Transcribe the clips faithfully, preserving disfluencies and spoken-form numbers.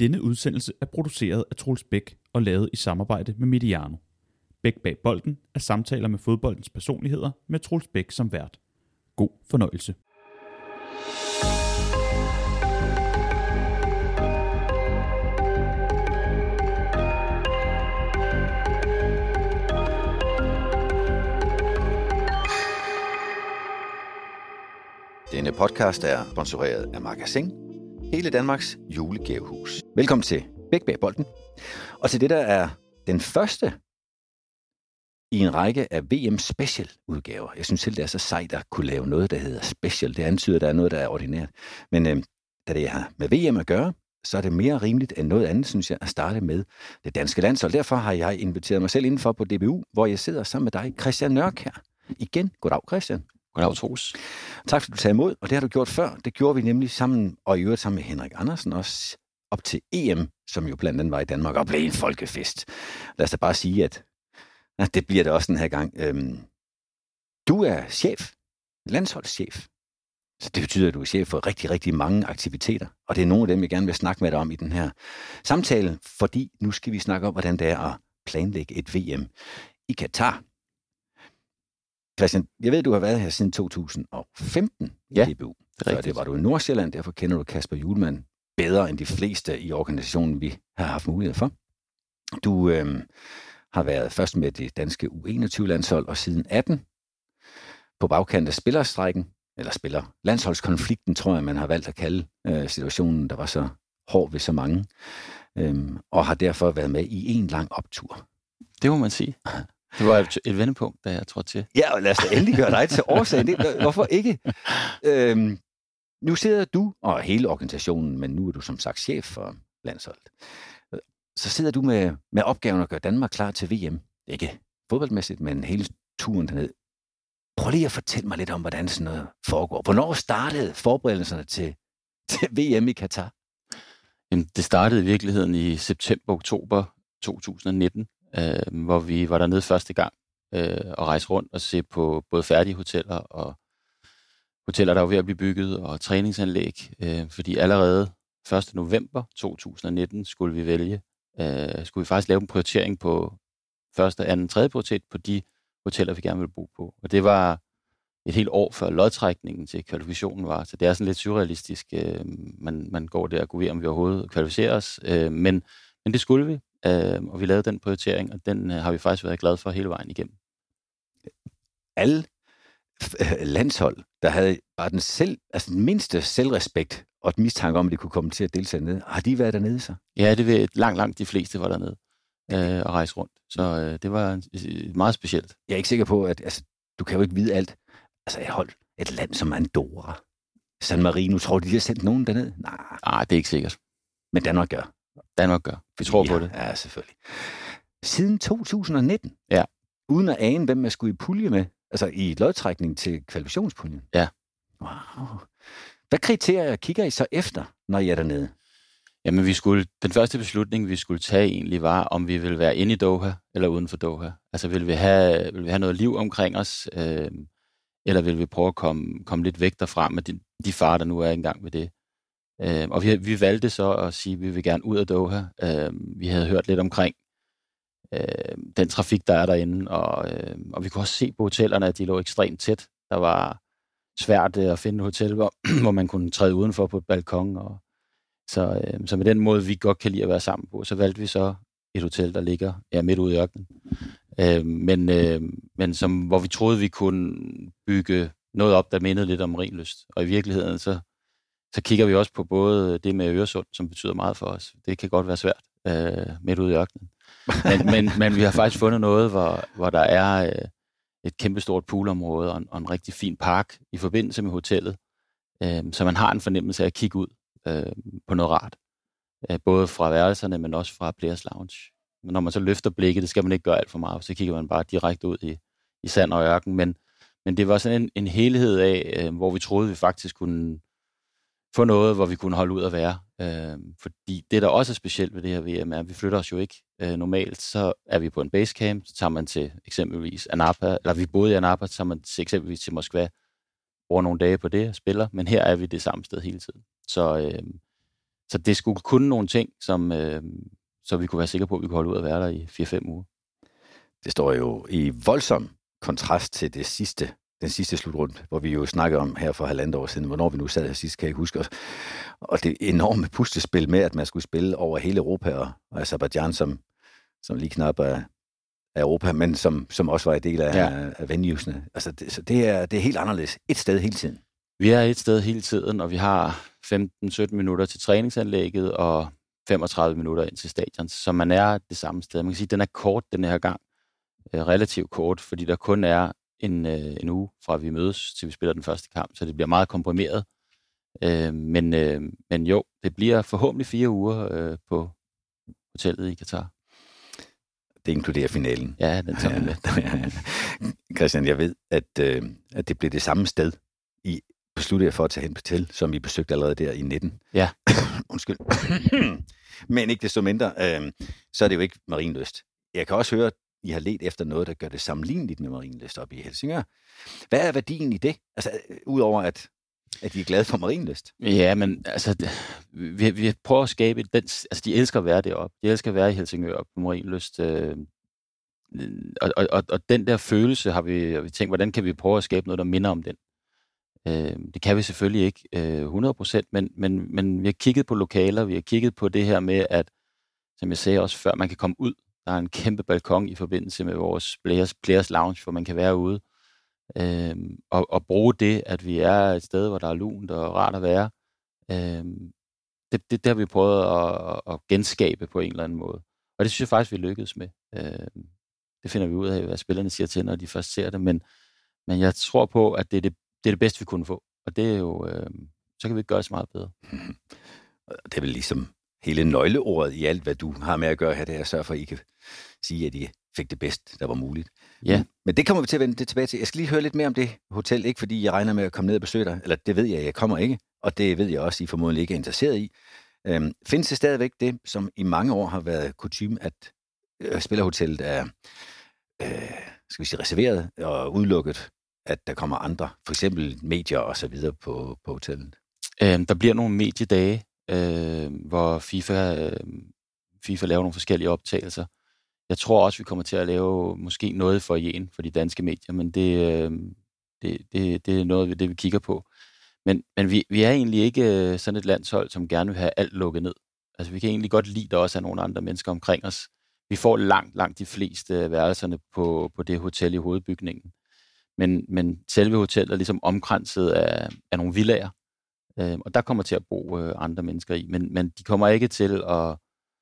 Denne udsendelse er produceret af Troels Bæk og lavet i samarbejde med Mediano. Bæk bag bolden er samtaler med fodboldens personligheder med Troels Bæk som vært. God fornøjelse. Denne podcast er sponsoreret af Magasin, hele Danmarks julegavehus. Velkommen til Bæk bag bolden. Og til det, der er den første i en række af V M Special udgaver. Jeg synes selv, det er så sejt at kunne lave noget, der hedder Special. Det antyder, at der er noget, der er ordinært. Men øh, da det har med V M at gøre, så er det mere rimeligt end noget andet, synes jeg, at starte med det danske landshold. Derfor har jeg inviteret mig selv indenfor på D B U, hvor jeg sidder sammen med dig, Christian Nørk her. Igen, goddag Christian. Goddag, Troels. Tak fordi du tager imod, og det har du gjort før. Det gjorde vi nemlig sammen, og i øvrigt sammen med Henrik Andersen også, op til E M, som jo blandt andet var i Danmark, og blev en folkefest. Lad os da bare sige, at ja, det bliver det også den her gang. Øhm, du er chef, landsholdschef. Så det betyder, at du er chef for rigtig, rigtig mange aktiviteter, og det er nogle af dem, jeg gerne vil snakke med dig om i den her samtale, fordi nu skal vi snakke om, hvordan det er at planlægge et V M i Katar. Christian, jeg ved, du har været her siden to tusind og femten i ja, D B U. Det er Før det var du i Nordsjælland, derfor kender du Kasper Hjulmand bedre end de fleste i organisationen, vi har haft mulighed for. Du øh, har været først med det danske U enogtyve-landshold, og siden atten på bagkant af spillerstrækken, eller spiller landsholdskonflikten, tror jeg, man har valgt at kalde øh, situationen, der var så hård ved så mange, øh, og har derfor været med i en lang optur. Det må man sige. Det var et, et vendepunkt, da jeg trådte til. Ja, og lad os da endelig gøre dig til årsagen. Det, hvorfor ikke? Øhm, nu sidder du, og hele organisationen, men nu er du som sagt chef for landsholdet. Så sidder du med, med opgaven at gøre Danmark klar til V M. Ikke fodboldmæssigt, men hele turen derned. Prøv lige at fortælle mig lidt om, hvordan sådan noget foregår. Hvornår startede forberedelserne til, til V M i Katar? Jamen, det startede i virkeligheden i september-oktober to tusind og nitten. Øh, hvor vi var dernede første gang øh, og rejse rundt og se på både færdige hoteller og hoteller, der var ved at blive bygget, og træningsanlæg. Øh, fordi allerede første november to tusind og nitten skulle vi vælge, øh, skulle vi faktisk lave en prioritering på første, anden, tredje prioritet på de hoteller, vi gerne ville bo på. Og det var et helt år før lodtrækningen til kvalifikationen var. Så det er sådan lidt surrealistisk. Øh, man, man går der og går ved, om vi overhovedet kvalificerer os. Øh, men, men det skulle vi. Uh, og vi lavede den prioritering, og den uh, har vi faktisk været glade for hele vejen igennem. Alle uh, landshold, der havde bare den, selv, altså den mindste selvrespekt og et mistanke om, at de kunne komme til at deltage nede, har de været dernede så? Ja, det var langt, langt de fleste var dernede uh, og rejse rundt. Så uh, det var uh, meget specielt. Jeg er ikke sikker på, at altså, du kan jo ikke vide alt. Altså et hold, et land som Andorra, San Marino, tror du, de har sendt nogen dernede? Nej, nah, det er ikke sikkert. Men Danmark gør. Danmark gør. Vi tror ja, på det. Ja, selvfølgelig. Siden to tusind og nitten? Ja. Uden at ane, hvem man skulle i pulje med? Altså i lodtrækning til kvalifikationspuljen? Ja. Wow. Hvad kriterier kigger I så efter, når I er dernede? Jamen, vi skulle, den første beslutning, vi skulle tage egentlig, var, om vi ville være inde i Doha eller uden for Doha. Altså, vil vi have, vil vi have noget liv omkring os, øh, eller vil vi prøve at komme, komme lidt væk derfra med de, de farer, der nu er engang med det? Uh, og vi, vi valgte så at sige, at vi vil gerne ud af Doha. Uh, vi havde hørt lidt omkring uh, den trafik, der er derinde, og, uh, og vi kunne også se på hotellerne, at de lå ekstremt tæt. Der var svært uh, at finde et hotel, hvor, hvor man kunne træde udenfor på et balkon. Og, så, uh, så med den måde, vi godt kan lide at være sammen på, så valgte vi så et hotel, der ligger ja, midt ude i ørkenen. Uh, men uh, men som, hvor vi troede, vi kunne bygge noget op, der mindede lidt om Marienlyst. Og i virkeligheden så Så kigger vi også på både det med Øresund, som betyder meget for os. Det kan godt være svært øh, midt ude i ørkenen. Men, men, men vi har faktisk fundet noget, hvor, hvor der er øh, et kæmpestort poolområde og en, og en rigtig fin park i forbindelse med hotellet. Øh, så man har en fornemmelse af at kigge ud øh, på noget rart. Øh, både fra værelserne, men også fra Players Lounge. Men når man så løfter blikket, det skal man ikke gøre alt for meget, så kigger man bare direkte ud i, i sand og ørken. Men, men det var sådan en, en helhed af, øh, hvor vi troede, vi faktisk kunne få noget, hvor vi kunne holde ud at være. Øh, fordi det, der også er specielt ved det her V M, er, at vi flytter os jo ikke. Øh, normalt så er vi på en basecamp, så tager man til eksempelvis Anapa, eller vi boede i Anapa, så tager man til eksempelvis til Moskva, bruger nogle dage på det og spiller, men her er vi det samme sted hele tiden. Så, øh, så det skulle kunne nogle ting, som, øh, så vi kunne være sikre på, at vi kunne holde ud at være der i fire fem uger. Det står jo i voldsom kontrast til det sidste, den sidste slutrunde, hvor vi jo snakkede om her for halvandet år siden, hvornår vi nu sad her sidst, kan jeg ikke huske os. Og det enorme puslespil med, at man skulle spille over hele Europa, og, og Aserbajdsjan, som, som lige knap er af Europa, men som, som også var en del af, ja. af venuesne. Altså, det, så det er, det er helt anderledes. Et sted hele tiden. Vi er et sted hele tiden, og vi har femten sytten minutter til træningsanlægget, og femogtredive minutter ind til stadion, så man er det samme sted. Man kan sige, at den er kort den her gang. Relativt kort, fordi der kun er en, en uge fra vi mødes, til vi spiller den første kamp, så det bliver meget komprimeret. Men, men jo, det bliver forhåbentlig fire uger på hotellet i Katar. Det inkluderer finalen. Ja, den tager vi med. Christian, jeg ved, at, øh, at det blev det samme sted, I besluttede for at tage hen på til, som I besøgte allerede der i nitten. Ja. Undskyld. Men ikke desto mindre, øh, så er det jo ikke Marienlyst. Jeg kan også høre, at I har let efter noget, der gør det sammenligneligt med Marienlyst oppe i Helsingør. Hvad er værdien i det? Altså, udover at at de er glade for Marienlyst. Ja, men altså, vi, vi prøver at skabe den, altså de elsker at være deroppe. De elsker at være i Helsingør på Marienlyst. Øh, og, og, og den der følelse har vi, vi tænkt, hvordan kan vi prøve at skabe noget, der minder om den? Øh, det kan vi selvfølgelig ikke øh, hundrede procent, men, men, men vi har kigget på lokaler, vi har kigget på det her med, at, som jeg sagde også før, man kan komme ud. Der er en kæmpe balkon i forbindelse med vores Players, Players Lounge, hvor man kan være ude. Øhm, og, og bruge det, at vi er et sted, hvor der er lunt og rart at være. Øhm, det, det, det har vi prøvet at, at genskabe på en eller anden måde. Og det synes jeg faktisk, vi lykkedes med. Øhm, det finder vi ud af, hvad spillerne siger til, når de først ser det. Men, men jeg tror på, at det er det, det er det bedste, vi kunne få. Og det er jo, øhm, så kan vi gøre det så meget bedre. Det er vel ligesom hele nøgleordet i alt, hvad du har med at gøre her, det er at sørge for, at I kan sige, at I fik det bedst, der var muligt. Ja. Men det kommer vi til at vende det tilbage til. Jeg skal lige høre lidt mere om det hotel, ikke fordi jeg regner med at komme ned og besøge dig, eller det ved jeg, jeg kommer ikke, og det ved jeg også, I formodentlig ikke er interesseret i. Øhm, findes det stadigvæk det, som i mange år har været kutyme, at øh, spillerhotellet er øh, skal vi sige, reserveret og udelukket, at der kommer andre, for eksempel medier og så videre på, på hotellet? Øhm, der bliver nogle mediedage, øh, hvor FIFA, øh, FIFA laver nogle forskellige optagelser. Jeg tror også, vi kommer til at lave måske noget for foyeren for de danske medier, men det, øh, det, det, det er noget af det, vi kigger på. Men, men vi, vi er egentlig ikke sådan et landshold, som gerne vil have alt lukket ned. Altså, vi kan egentlig godt lide, at der også er nogle andre mennesker omkring os. Vi får langt, langt de fleste værelserne på, på det hotel i hovedbygningen. Men, men selve hotellet er ligesom omkranset af, af nogle villager, øh, og der kommer til at bo øh, andre mennesker i. Men, men de kommer ikke til at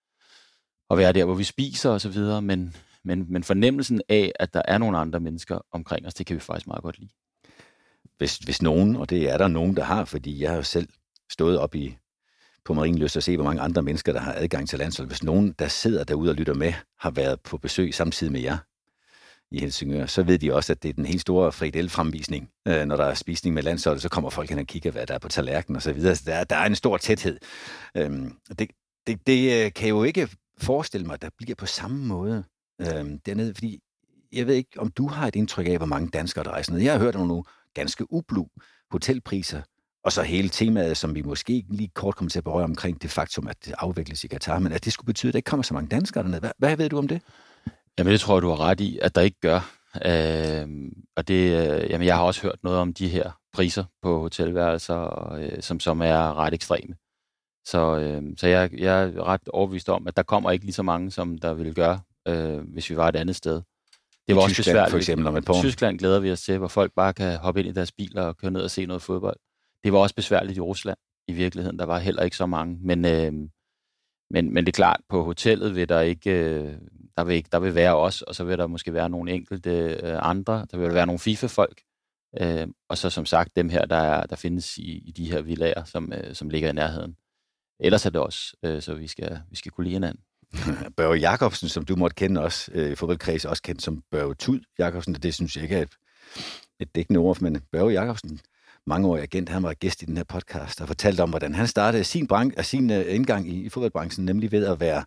at være der, hvor vi spiser og så videre, men, men, men fornemmelsen af, at der er nogle andre mennesker omkring os, det kan vi faktisk meget godt lide. Hvis, hvis nogen, og det er der nogen, der har, fordi jeg har jo selv stået op i, på Marienlyst og se, hvor mange andre mennesker, der har adgang til landshold. Hvis nogen, der sidder derude og lytter med, har været på besøg samtidig med jer i Helsingør, så ved de også, at det er den helt store frikadelle-fremvisning. Øh, når der er spisning med landsholdet, så kommer folk hen og kigger, hvad der er på tallerkenen og så videre. Så der, der er en stor tæthed. Øhm, det, det, det kan jo ikke forestille mig, at der bliver på samme måde øhm, dernede, fordi jeg ved ikke, om du har et indtryk af, hvor mange danskere, der rejser ned. Jeg har hørt om nogle ganske ublu hotelpriser, og så hele temaet, som vi måske lige kort kommer til at berøre omkring det faktum, at det afvikles i Katar, men at det skulle betyde, at der ikke kommer så mange danskere dernede. Hvad, hvad ved du om det? Jamen, det tror jeg, du har ret i, at der ikke gør. Øh, og det, øh, jamen, jeg har også hørt noget om de her priser på hotelværelser, og, øh, som, som er ret ekstreme. Så, øh, så jeg, jeg er ret overbevist om, at der kommer ikke lige så mange, som der ville gøre, øh, hvis vi var et andet sted. Det var I også Tyskland, besværligt. For eksempel om et par år. I Tyskland glæder vi os til, hvor folk bare kan hoppe ind i deres biler og køre ned og se noget fodbold. Det var også besværligt i Rusland i virkeligheden. Der var heller ikke så mange. Men, øh, men, men det er klart, på hotellet vil der ikke, øh, der vil ikke, der vil være os, og så vil der måske være nogle enkelte øh, andre. Der vil være nogle FIFA-folk. Øh, og så som sagt dem her, der, er, der findes i, i de her villager, som, øh, som ligger i nærheden. Ellers er det også, øh, så vi skal, vi skal kunne lide hinanden. Børge Jacobsen, som du måtte kende også, øh, i fodboldkreds, også kendt som Børge Tud Jacobsen, det synes jeg ikke er et, et dækkende ord, men Børge Jacobsen, mangeårig agent, han var gæst i den her podcast, og fortalte om, hvordan han startede sin, branche, sin uh, indgang i, i fodboldbranchen, nemlig ved at være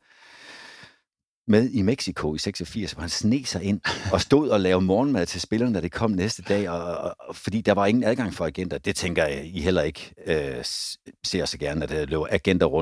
med i Mexico i seksogfirs, hvor han sneg sig ind og stod og lavede morgenmad til spillerne, da det kom næste dag, og, og, og fordi der var ingen adgang for agenter. Det tænker jeg, I heller ikke øh, ser så gerne, at der løber agenter rundt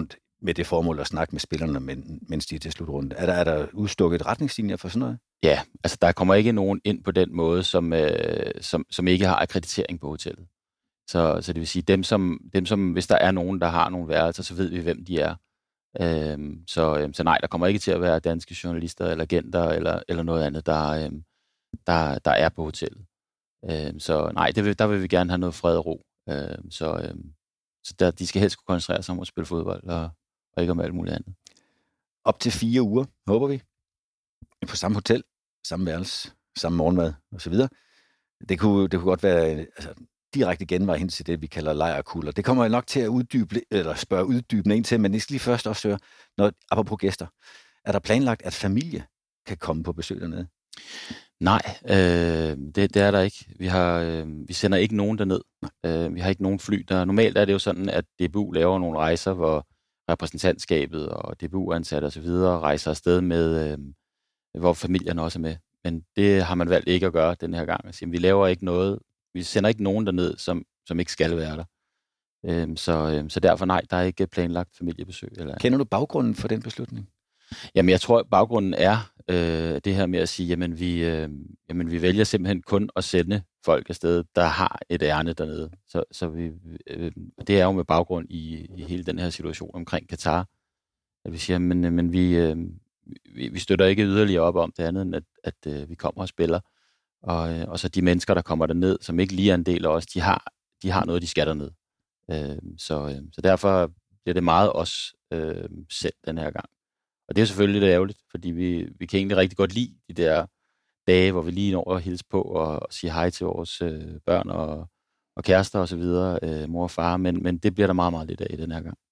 med det formål at snakke med spillerne, mens de er til slutrunde. Er der, er der udstukket retningslinjer for sådan noget? Ja, altså der kommer ikke nogen ind på den måde, som, øh, som, som ikke har akkreditering på hotellet. Så, så det vil sige, dem som, dem som, hvis der er nogen, der har nogle værelser, så ved vi, hvem de er. Øhm, så, øhm, så nej, der kommer ikke til at være danske journalister eller agenter eller, eller noget andet, der, øhm, der, der er på hotellet. Øhm, så nej, det vil, der vil vi gerne have noget fred og ro. Øhm, så øhm, så der, de skal helst kunne koncentrere sig om at spille fodbold og, og ikke om alt muligt andet. Op til fire uger, håber vi. På samme hotel, samme værelse, samme morgenmad osv. Det kunne, det kunne godt være altså, direkte genvej hen til det, vi kalder lejrkugler. Det kommer jeg nok til at uddybe, eller spørge uddybende ind til, men jeg skal lige først også høre, når, apropos gæster, er der planlagt, at familie kan komme på besøg dernede? Nej, øh, det, det er der ikke. Vi, har, øh, vi sender ikke nogen derned. Øh, vi har ikke nogen fly der. Normalt er det jo sådan, at D B U laver nogle rejser, hvor repræsentantskabet og D B U-ansatte osv. rejser afsted med, øh, hvor familierne også er med. Men det har man valgt ikke at gøre den her gang. Altså, vi laver ikke noget. Vi sender ikke nogen derned, som, som ikke skal være der. Øh, så, øh, så derfor nej, der er ikke planlagt familiebesøg. Eller... Kender du baggrunden for den beslutning? Jamen, jeg tror, at baggrunden er øh, det her med at sige, jamen vi, øh, jamen, vi vælger simpelthen kun at sende folk afsted, der har et ærne dernede. Så, så vi, øh, det er jo med baggrund i, i hele den her situation omkring Katar, at vi siger, men, men vi, øh, vi, vi støtter ikke yderligere op om det andet, end at, at øh, vi kommer og spiller. Og, øh, og så de mennesker, der kommer derned, som ikke lige er en del af os, de har, de har noget, de skal derned. Øh, så, øh, så derfor bliver det meget os øh, selv den her gang. Og det er selvfølgelig lidt ærgerligt, fordi vi, vi kan egentlig rigtig godt lide de der dage, hvor vi lige når at hilse på og, og sige hej til vores øh, børn og, og kærester og så videre, øh, mor og far, men, men det bliver der meget, meget lidt af i den her gang.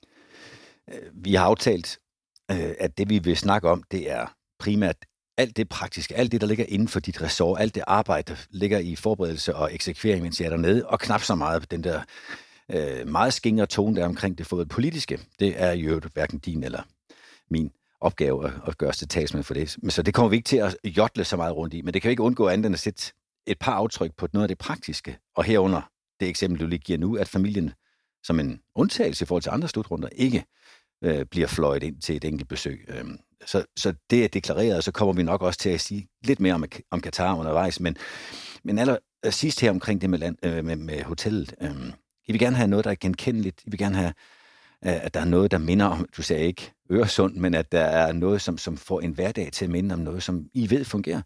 Vi har aftalt, øh, at det vi vil snakke om, det er primært alt det praktiske, alt det, der ligger inden for dit ressort, alt det arbejde, der ligger i forberedelse og eksekvering, mens jeg er dernede, og knap så meget den der øh, meget skingre tone, der er omkring det fået politiske. Det er jo hverken din eller min opgave at, at gøre os til talsmand for det. Så det kommer vi ikke til at jodle så meget rundt i, men det kan vi ikke undgå andet end at sætte et par aftryk på noget af det praktiske, og herunder det eksempel, du lige giver nu, at familien som en undtagelse i forhold til andre slutrunder ikke øh, bliver fløjet ind til et enkelt besøg. Øh, så, så det er deklareret, og så kommer vi nok også til at sige lidt mere om, om Katar undervejs, men, men aller sidst her omkring det med, land, øh, med, med hotellet. Øh, I vil gerne have noget, der er genkendeligt. I vil gerne have at der er noget, der minder om, du sagde ikke Øresund, men at der er noget, som, som får en hverdag til at minde om noget, som I ved fungerer.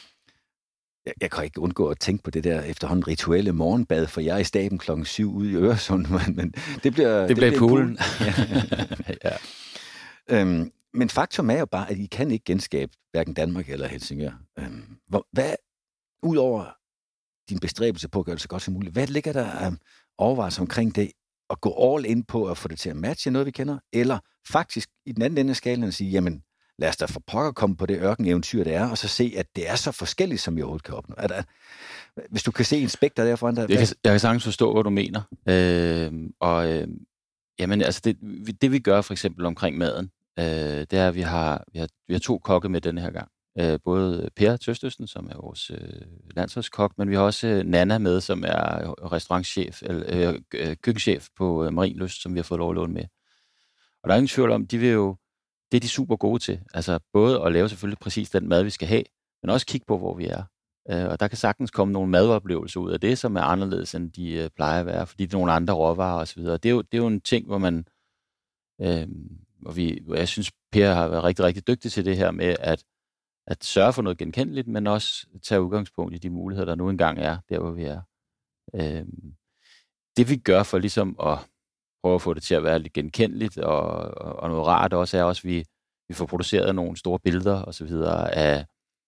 Jeg, jeg kan ikke undgå at tænke på det der efterhånden rituelle morgenbad, for jeg er i staben klokken syv ude i Øresund, men, men det bliver... Det, det bliver poolen. Ja. Ja. Øhm, men faktum er jo bare, at I kan ikke genskabe hverken Danmark eller Helsingør. Øhm, hvor, hvad, udover din bestræbelse på at gøre det så godt som muligt, hvad ligger der um, overvejelser omkring det, at gå all in på at få det til at matche noget, vi kender, eller faktisk i den anden ende af skalaen at sige, jamen, lad os da for pokker komme på det ørkeneventyr, det er, og så se, at det er så forskelligt, som vi overhovedet kan opnå. Er der, hvis du kan se en spekter der foran dig... Jeg kan, jeg kan sagtens forstå, hvad du mener. Øh, og øh, jamen, altså det, det, vi gør for eksempel omkring maden, øh, det er, at vi har, vi har, vi har to kokke med denne her gang. Øh, både Per Tøstøsten, som er vores øh, landsholdskok, men vi har også øh, Nana med, som er restaurantchef, eller øh, køkkenchef på øh, Marienlyst, som vi har fået lov at låne med. Og der er ingen tvivl om, de vil jo, det er de super gode til. Altså både at lave selvfølgelig præcis den mad, vi skal have, men også kigge på, hvor vi er. Øh, og der kan sagtens komme nogle madoplevelser ud af det, som er anderledes, end de øh, plejer at være, fordi det er nogle andre råvarer osv. Det er jo, det er jo en ting, hvor man, øh, hvor vi, hvor jeg synes, Per har været rigtig, rigtig dygtig til det her med, at at sørge for noget genkendeligt, men også tage udgangspunkt i de muligheder, der nu engang er, der hvor vi er. Øhm, det vi gør for ligesom at prøve at få det til at være lidt genkendeligt, og, og, og noget rart også, er også, at vi, vi får produceret nogle store billeder og så videre af,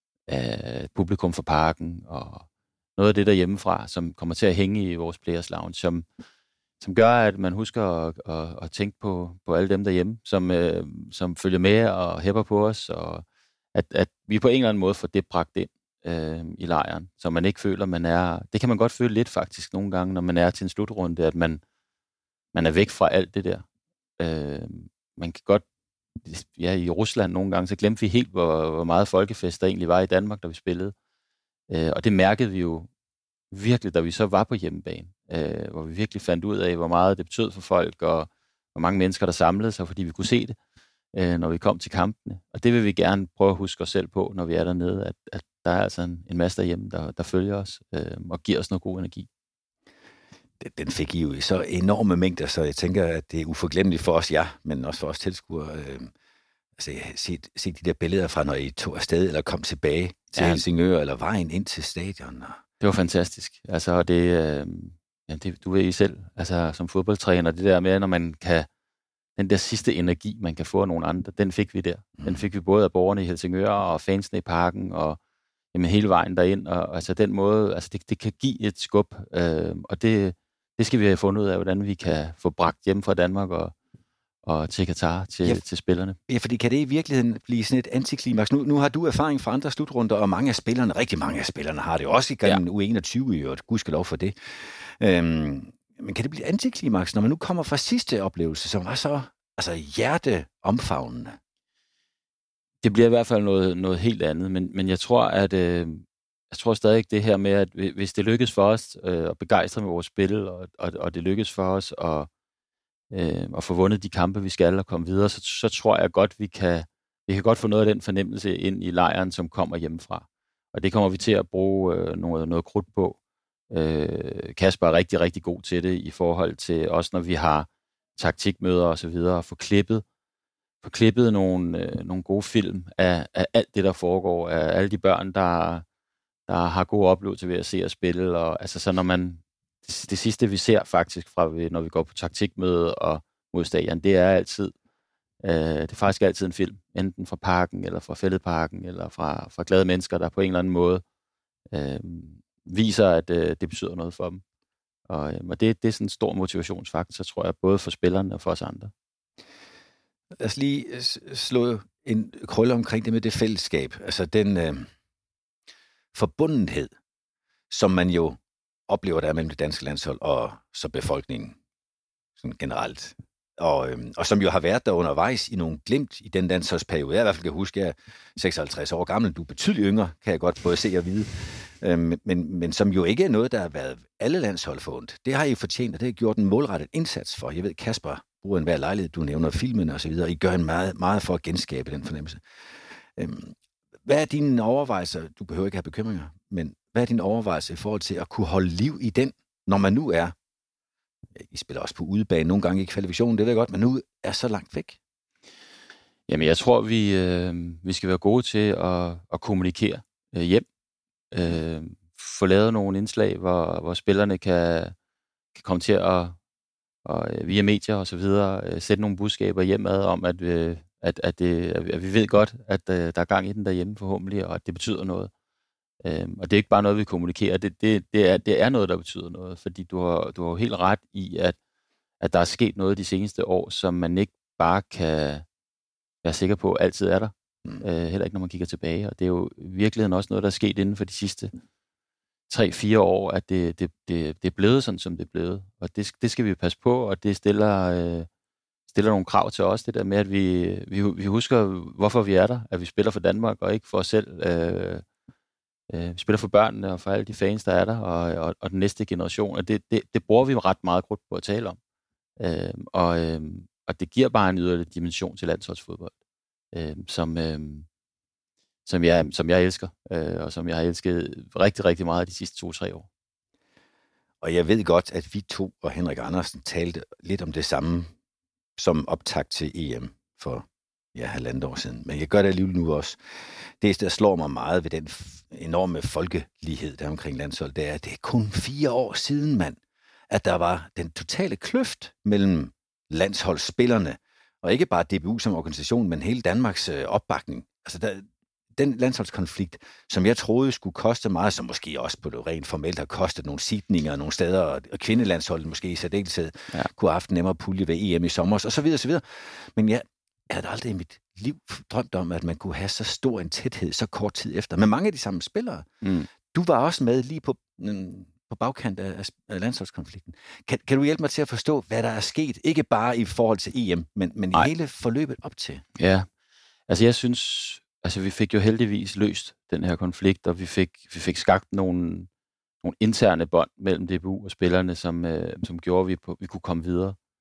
af publikum fra parken, og noget af det der hjemmefra, som kommer til at hænge i vores Players Lounge, som, som gør, at man husker at, at, at tænke på, på alle dem derhjemme, som, øh, som følger med og hæpper på os, og At, at vi på en eller anden måde får det bragt ind øh, i lejren, så man ikke føler, man er... Det kan man godt føle lidt faktisk nogle gange, når man er til en slutrunde, at man, man er væk fra alt det der. Øh, man kan godt... Ja, i Rusland nogle gange, så glemte vi helt, hvor, hvor meget folkefest der egentlig var i Danmark, da vi spillede. Øh, og det mærkede vi jo virkelig, da vi så var på hjemmebane, øh, hvor vi virkelig fandt ud af, hvor meget det betød for folk, og hvor mange mennesker, der samlede sig, fordi vi kunne se det, øh, når vi kom til kampene. Og det vil vi gerne prøve at huske os selv på, når vi er dernede, at, at der er altså en, en masse derhjemme, der, der følger os øh, og giver os noget god energi. Den fik I jo i så enorme mængder, så jeg tænker, at det er uforglemmeligt for os, ja, men også for os tilskuere. Øh, altså, jeg har set, set de der billeder fra, når I tog afsted eller kom tilbage til ja. Helsingør, eller vejen ind til stadion. Og... Det var fantastisk. Altså, og det, øh, ja, det, du ved I selv, altså som fodboldtræner, det der med, når man kan, den der sidste energi, man kan få af nogle andre, den fik vi der. Mm. Den fik vi både af borgerne i Helsingør og fansene i parken, og jamen, hele vejen derind. Og altså den måde, altså det, det kan give et skub, øh, og det, det skal vi have fundet ud af, hvordan vi kan få bragt hjem fra Danmark og, og til Katar, til, ja, til spillerne. Ja, fordi kan det i virkeligheden blive sådan et antiklimaks? Nu, nu har du erfaring fra andre slutrunder, og mange af spillerne, rigtig mange af spillerne har det også igennem ja. U enogtyve i øvrigt, gudskelov for det. Øhm, men kan det blive antiklimaks, når man nu kommer fra sidste oplevelse, som var så altså hjerteomfavnende? Det bliver i hvert fald noget, noget helt andet, men, men jeg tror, at øh, jeg tror stadig det her med, at hvis det lykkes for os øh, at begejstre med vores spil, og, og, og det lykkes for os at, øh, at få vundet de kampe, vi skal, og komme videre, så, så tror jeg godt, vi kan, vi kan godt få noget af den fornemmelse ind i lejren, som kommer hjemmefra. Og det kommer vi til at bruge øh, noget, noget krudt på. Øh, Kasper er rigtig, rigtig god til det, i forhold til også, når vi har taktikmøder og så videre, og få klippet få klippet nogle, øh, nogle gode film af, af alt det, der foregår, af alle de børn, der, der har gode oplevelser ved at se og spille. Og, altså, så når man, det, det sidste, vi ser faktisk, fra når vi går på taktikmøde og mod stadion, det er altid, øh, det er faktisk altid en film, enten fra parken, eller fra Fælledparken, eller fra, fra glade mennesker, der på en eller anden måde øh, viser, at øh, det betyder noget for dem. Og, øh, og det, det er sådan en stor motivationsfaktor, så tror jeg, både for spillerne og for os andre. Lad os lige slå en krølle omkring det med det fællesskab. Altså den øh, forbundenhed, som man jo oplever der mellem det danske landshold og så befolkningen sådan generelt. Og, øh, og som jo har været der undervejs i nogle glimt i den landsholdsperiode. Jeg i hvert fald kan huske, at jeg er seksoghalvtreds år gammel. Du er betydeligt yngre, kan jeg godt både se og vide. Øh, men, men som jo ikke er noget, der har været alle landshold forundt. Det har I fortjent, og det har gjort en målrettet indsats for. Jeg ved, Kasper bruger enhver lejlighed, du nævner filmen og så videre, og I gør en meget, meget for at genskabe den fornemmelse. Øhm, hvad er dine overvejelser? Du behøver ikke have bekymringer, men hvad er dine overvejelser i forhold til at kunne holde liv i den, når man nu er, I spiller også på udebane, nogle gange i kvalifikationen, det ved jeg godt, men nu er så langt væk? Jamen, jeg tror, vi, øh, vi skal være gode til at, at kommunikere øh, hjem. Øh, få lavet nogle indslag, hvor, hvor spillerne kan, kan komme til at og via medier og så videre, sætte nogle budskaber hjemad om, at, at, at, det, at vi ved godt, at der er gang i den derhjemme forhåbentlig, og at det betyder noget. Og det er ikke bare noget, vi kommunikerer, det, det, det, er, det er noget, der betyder noget, fordi du har, du har jo helt ret i, at, at der er sket noget de seneste år, som man ikke bare kan være sikker på, altid er der. Mm. Heller ikke, når man kigger tilbage, og det er jo i virkeligheden også noget, der er sket inden for de sidste tre-fire år, at det, det, det, det er blevet sådan, som det er blevet. Og det, det skal vi passe på, og det stiller, øh, stiller nogle krav til os, det der med, at vi, vi, vi husker, hvorfor vi er der, at vi spiller for Danmark, og ikke for os selv. Øh, øh, vi spiller for børnene, og for alle de fans, der er der, og, og, og den næste generation, og det, det, det bruger vi ret meget krudt på at tale om. Øh, og, øh, og det giver bare en yderligere dimension til landsholdsfodbold, øh, som... Øh, Som jeg, som jeg elsker, øh, og som jeg har elsket rigtig, rigtig meget de sidste to-tre år. Og jeg ved godt, at vi to og Henrik Andersen talte lidt om det samme som optakt til E M for ja, halvandet år siden. Men jeg gør det alligevel nu også. Det, der slår mig meget ved den enorme folkelighed der omkring landshold, det er, at det er kun fire år siden, mand, at der var den totale kløft mellem landsholdsspillerne, og ikke bare D B U som organisation, men hele Danmarks øh, opbakning. Altså, der, den landsholdskonflikt, som jeg troede skulle koste meget, som måske også på det rent formelt har kostet nogle sidninger nogle steder, og kvindelandsholdet måske i særdeleshed ja. kunne have haft nemmere pulje ved E M i sommer, og så videre, så videre. Men jeg havde aldrig i mit liv drømt om, at man kunne have så stor en tæthed så kort tid efter. Men mange af de samme spillere. Mm. Du var også med lige på, på bagkant af, af landsholdskonflikten. Kan, kan du hjælpe mig til at forstå, hvad der er sket? Ikke bare i forhold til E M, men, men i hele forløbet op til. Ja, altså jeg synes... Altså, vi fik jo heldigvis løst den her konflikt, og vi fik, vi fik skabt nogle, nogle interne bånd mellem D B U og spillerne, som, øh, som gjorde, at vi, på, vi kunne komme videre.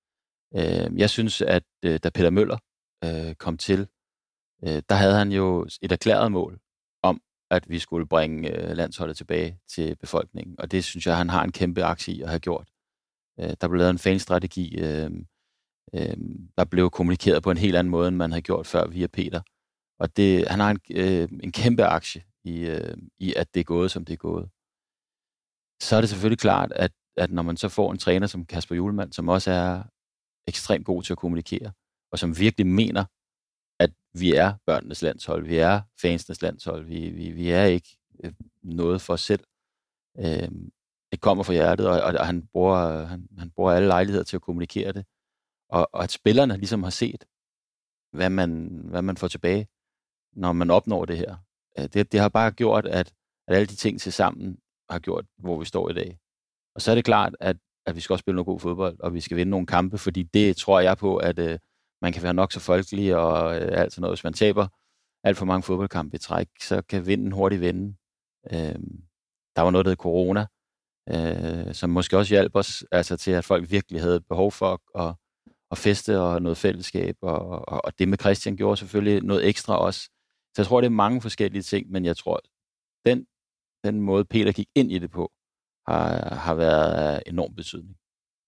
Øh, jeg synes, at øh, da Peter Møller øh, kom til, øh, der havde han jo et erklæret mål om, at vi skulle bringe øh, landsholdet tilbage til befolkningen. Og det synes jeg, han har en kæmpe aktie i at have gjort. Øh, der blev lavet en fanstrategi, øh, øh, der blev kommunikeret på en helt anden måde, end man havde gjort før via Peter. Og det, han har en, øh, en kæmpe aktie i, øh, i, at det er gået, som det er gået. Så er det selvfølgelig klart, at, at når man så får en træner som Kasper Hjulmand, som også er ekstremt god til at kommunikere, og som virkelig mener, at vi er børnenes landshold, vi er fansenes landshold, vi, vi, vi er ikke øh, noget for os selv. Øh, det kommer fra hjertet, og, og han, bruger, han, han bruger alle lejligheder til at kommunikere det. Og, og at spillerne ligesom har set, hvad man, hvad man får tilbage, når man opnår det her. Det, det har bare gjort, at, at alle de ting til sammen har gjort, hvor vi står i dag. Og så er det klart, at, at vi skal også spille noget god fodbold, og vi skal vinde nogle kampe, fordi det tror jeg på, at øh, man kan være nok så folkelig og øh, alt sådan noget. Hvis man taber alt for mange fodboldkampe i træk, så kan vinden hurtigt vende. Øh, der var noget, der hed corona, øh, som måske også hjalp os altså, til, at folk virkelig havde behov for at, at feste og noget fællesskab, og, og, og det med Christian gjorde selvfølgelig noget ekstra også. Så jeg tror, det er mange forskellige ting, men jeg tror, den, den måde, Peter gik ind i det på, har, har været af enorm betydning.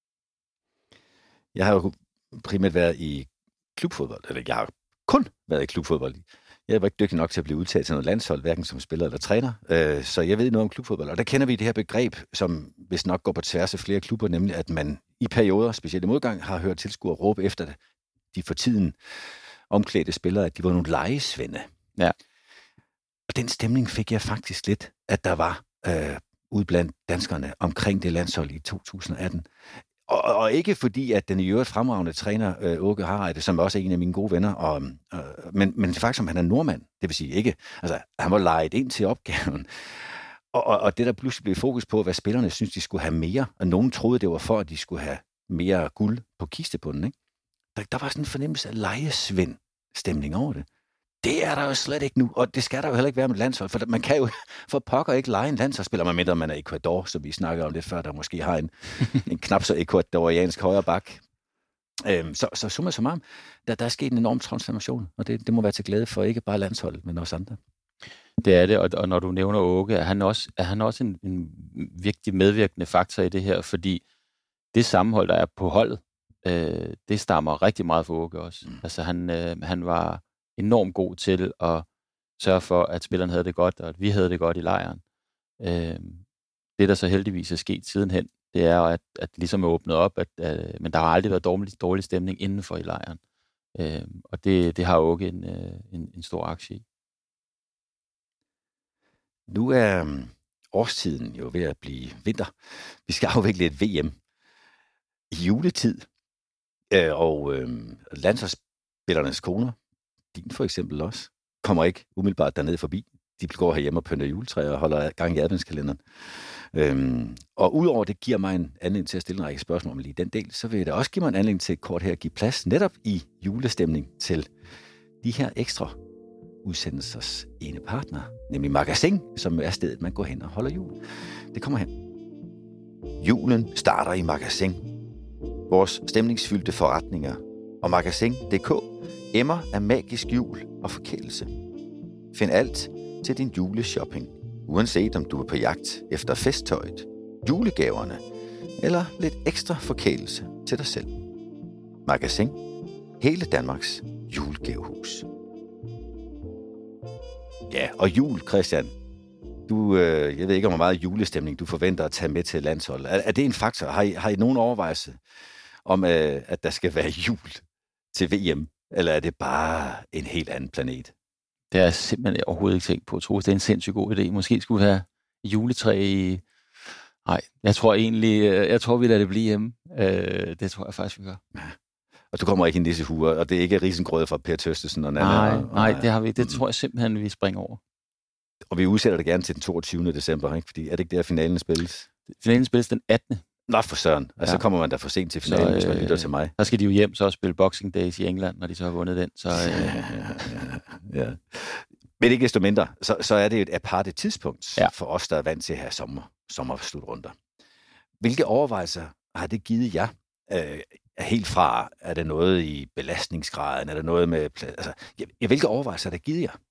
Jeg har jo primært været i klubfodbold, eller jeg har kun været i klubfodbold. Jeg var ikke dygtig nok til at blive udtaget til noget landshold, hverken som spiller eller træner, så jeg ved noget om klubfodbold. Og der kender vi det her begreb, som hvis nok går på tværs af flere klubber, nemlig at man i perioder, specielt i modgang, har hørt tilskuere råbe efter det. De for tiden omklædte spillere, at de var nogle lejesvende. Ja. Og den stemning fik jeg faktisk lidt, at der var øh, ude blandt danskerne omkring det landshold i to tusind atten. Og, og ikke fordi, at den i øvrigt fremragende træner, øh, Åke Hareide, som også er en af mine gode venner, og, øh, men, men faktisk som han er nordmand, det vil sige ikke, altså han var lejet ind til opgaven. Og, og, og det der pludselig blev fokus på, hvad spillerne synes, de skulle have mere, og nogen troede, det var for, at de skulle have mere guld på kistebunden, ikke? Der, der var sådan en fornemmelse af lejesvind stemning over det. Det er der jo slet ikke nu, og det skal der jo heller ikke være med landshold, for man kan jo for pokker ikke lege en landsholdsspiller, medmindre man er Ecuador, som vi snakker om lidt før, der måske har en, en knap så ecuadoriansk højre bak. Øhm, så, så summa summarum, der, der er sket en enorm transformation, og det, det må være til glæde for ikke bare landsholdet, men også andre. Det er det, og, og når du nævner Åke, er han også, er han også en, en vigtig medvirkende faktor i det her, fordi det sammenhold, der er på holdet, øh, det stammer rigtig meget for Åke også. Mm. Altså han, øh, han var enormt god til at sørge for, at spillerne havde det godt, og at vi havde det godt i lejren. Øh, det, der så heldigvis er sket sidenhen, det er, at, at ligesom er åbnet op, at, at, men der har aldrig været dårlig, dårlig stemning indenfor i lejren. Øh, og det, det har Åke en, en, en stor aktie i. Nu er um, årstiden jo ved at blive vinter. Vi skal afvikle et V M i juletid, øh, og øh, landsholdsspillernes koner, din for eksempel også, kommer ikke umiddelbart dernede forbi. De går herhjemme og pynter juletræer og holder gang i adventskalenderen. Øhm, og udover det giver mig en anledning til at stille en række spørgsmål om lige den del, så vil det også give mig en anledning til kort her at give plads netop i julestemning til de her ekstra udsendelsers ene partner, nemlig Magasin, som er stedet, man går hen og holder jul. Det kommer her. Julen starter i Magasin. Vores stemningsfyldte forretninger og Magasin punktum d k emmer af magisk jul og forkælelse. Find alt til din juleshopping, uanset om du er på jagt efter festtøjet, julegaverne eller lidt ekstra forkælelse til dig selv. Magasin. Hele Danmarks julegavehus. Ja, og jul, Christian. Du, øh, jeg ved ikke, hvor meget julestemning du forventer at tage med til landshold. Er, er det en faktor? Har I, har I nogen overvejelse om, øh, at der skal være jul til V M? Eller er det bare en helt anden planet? Det er jeg simpelthen overhovedet ikke tænkt på. Jeg tror, det er en sindssygt god idé. Måske skulle vi have juletræ i... Nej, jeg tror egentlig, jeg tror, vi lader det blive hjemme. Øh, det tror jeg faktisk, vi gør. Ja. Og du kommer ikke i nissehue, og det er ikke risengrød fra Per Tøstesen og Nanna? Nej, og, nej, det har vi. Det tror jeg simpelthen, vi springer over. Og vi udsætter det gerne til den toogtyvende december, ikke? Fordi er det ikke der, finalen spilles? Finalen spilles den attende Nå, for søren. Altså, ja. Så kommer man da for sent til finalen, så, øh, hvis man lytter til mig. Der skal de jo hjem så og spille Boxing Days i England, når de så har vundet den. Så, øh, ja, ja, ja. Men ikke desto mindre, så, så er det et aparte tidspunkt ja. for os, der er vant til at have sommer, sommerslutrunder. Hvilke overvejelser har det givet jer? Øh, er helt fra, er der noget i belastningsgraden, er der noget med, altså, hvilke overvejelser er der givet jer?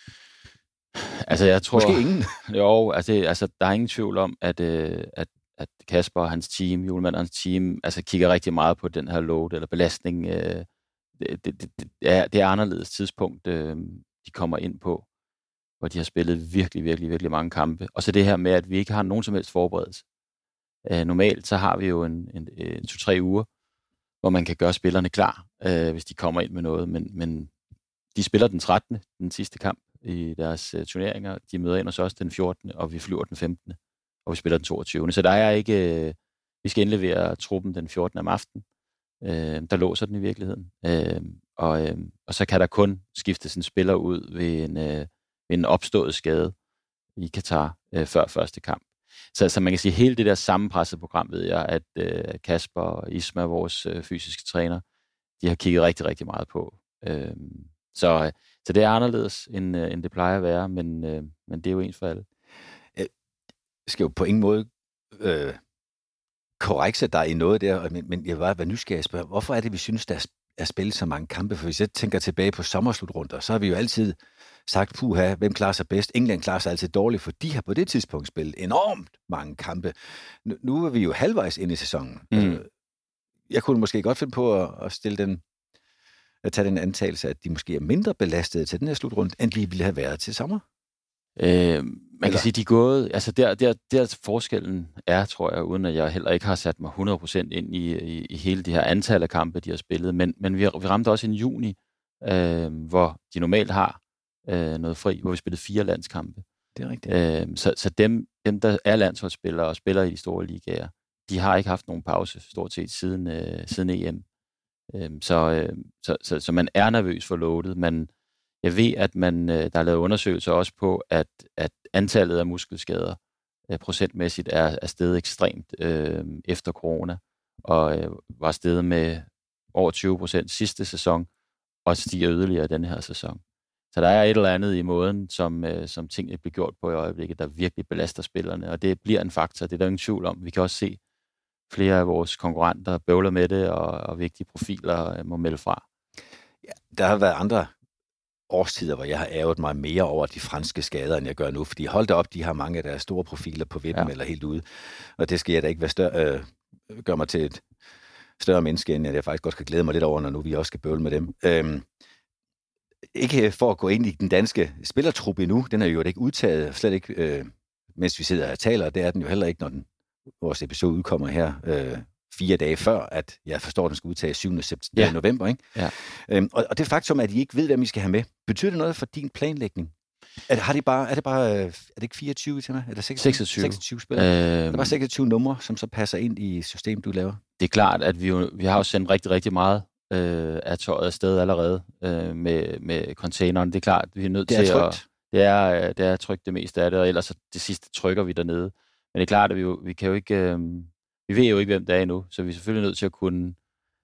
Altså, jeg tror... Måske ingen. Jo, altså, altså der er ingen tvivl om, at, øh, at, at Kasper og hans team, Julemand og hans team, altså kigger rigtig meget på den her load eller belastning. Øh, det, det, det, er, det er anderledes tidspunkt, øh, de kommer ind på, hvor de har spillet virkelig, virkelig, virkelig mange kampe. Og så det her med, at vi ikke har nogen som helst forberedelse. Øh, normalt så har vi jo en, en, en to-tre uger, hvor man kan gøre spillerne klar, øh, hvis de kommer ind med noget. Men, men de spiller den trettende, den sidste kamp i deres uh, turneringer. De møder ind hos os den fjortende, og vi flyver den femtende, og vi spiller den toogtyvende. Så der er ikke... Uh, vi skal indlevere truppen den fjortende om aftenen. Uh, der låser den i virkeligheden. Uh, og, uh, og så kan der kun skiftes en spiller ud ved en, uh, ved en opstået skade i Katar uh, før første kamp. Så, så man kan sige, at hele det der sammenpressede program, ved jeg, at uh, Kasper og Isma, vores uh, fysiske træner, de har kigget rigtig, rigtig meget på. Uh, så, så det er anderledes, end, uh, end det plejer at være, men, uh, men det er jo ens for alle. Jeg skal jo på ingen måde øh, korrekse dig i noget der, men, men jeg var være nysgerrig at spørge, hvorfor er det, vi synes, der er spillet så mange kampe? For hvis jeg tænker tilbage på sommerslutrunder, så har vi jo altid sagt, puha, hvem klarer sig bedst? England klarer sig altid dårligt, for de har på det tidspunkt spillet enormt mange kampe. Nu, nu er vi jo halvvejs inde i sæsonen. Mm. Altså, jeg kunne måske godt finde på at, at stille den, at tage den antagelse, at de måske er mindre belastede til den her slutrunde, end de ville have været til sommer. Øh, man kan sige, de er gået, altså der, der, der forskellen er, tror jeg, uden at jeg heller ikke har sat mig hundrede procent ind i, i, i hele det her antal af kampe, de har spillet, men, men vi, vi ramte også en juni, øh, hvor de normalt har øh, noget fri, hvor vi spillede fire landskampe. Det er rigtigt. Øh, så så dem, dem, der er landsholdsspillere og spiller i de store ligaer, de har ikke haft nogen pause, stort set, siden, øh, siden E M. Øh, så, øh, så, så, så man er nervøs for loadet, men jeg ved, at man, der er lavet undersøgelser også på, at, at antallet af muskelskader øh, procentmæssigt er, er steget ekstremt øh, efter corona, og øh, var steget med over tyve procent sidste sæson, og stiger yderligere den her sæson. Så der er et eller andet i måden, som, øh, som tingene bliver gjort på i øjeblikket, der virkelig belaster spillerne, og det bliver en faktor, det er der ingen tvivl om. Vi kan også se flere af vores konkurrenter bøvler med det, og, og vigtige profiler øh, må melde fra. Ja, der har været andre årstider, hvor jeg har ærget mig mere over de franske skader, end jeg gør nu, fordi hold da op, de har mange af deres store profiler på vippen ja. Eller helt ude, og det skal jeg da ikke være større, øh, gøre mig til et større menneske, end at jeg faktisk godt skal glæde mig lidt over, når nu vi også skal bøvle med dem. Øhm, ikke for at gå ind i den danske spillertrup endnu, den er jo ikke udtaget, slet ikke, øh, mens vi sidder og taler, det er den jo heller ikke, når den, vores episode udkommer her, øh, fire dage før, at jeg forstår, at den skal udtage syvende Ja. november. Ikke? Ja. Øhm, og, og det faktum, at I ikke ved, hvem I skal have med, betyder det noget for din planlægning? Er det, har de bare, er det bare, er det ikke fireogtyve til mig? Er det seksogtyve? seksogtyve. seksogtyve spillere? Øhm, Er det bare seksogtyve numre, som så passer ind i systemet, du laver? Det er klart, at vi, jo, vi har jo sendt rigtig, rigtig meget øh, af tøjet afsted allerede øh, med, med containeren. Det er klart, vi er nødt Det er til trygt. at... Det er, det er trygt det meste af det, og ellers det sidste trykker vi dernede. Men det er klart, at vi, jo, vi kan jo ikke... Øh, Vi ved jo ikke, hvem det er endnu, så vi er selvfølgelig nødt til at kunne,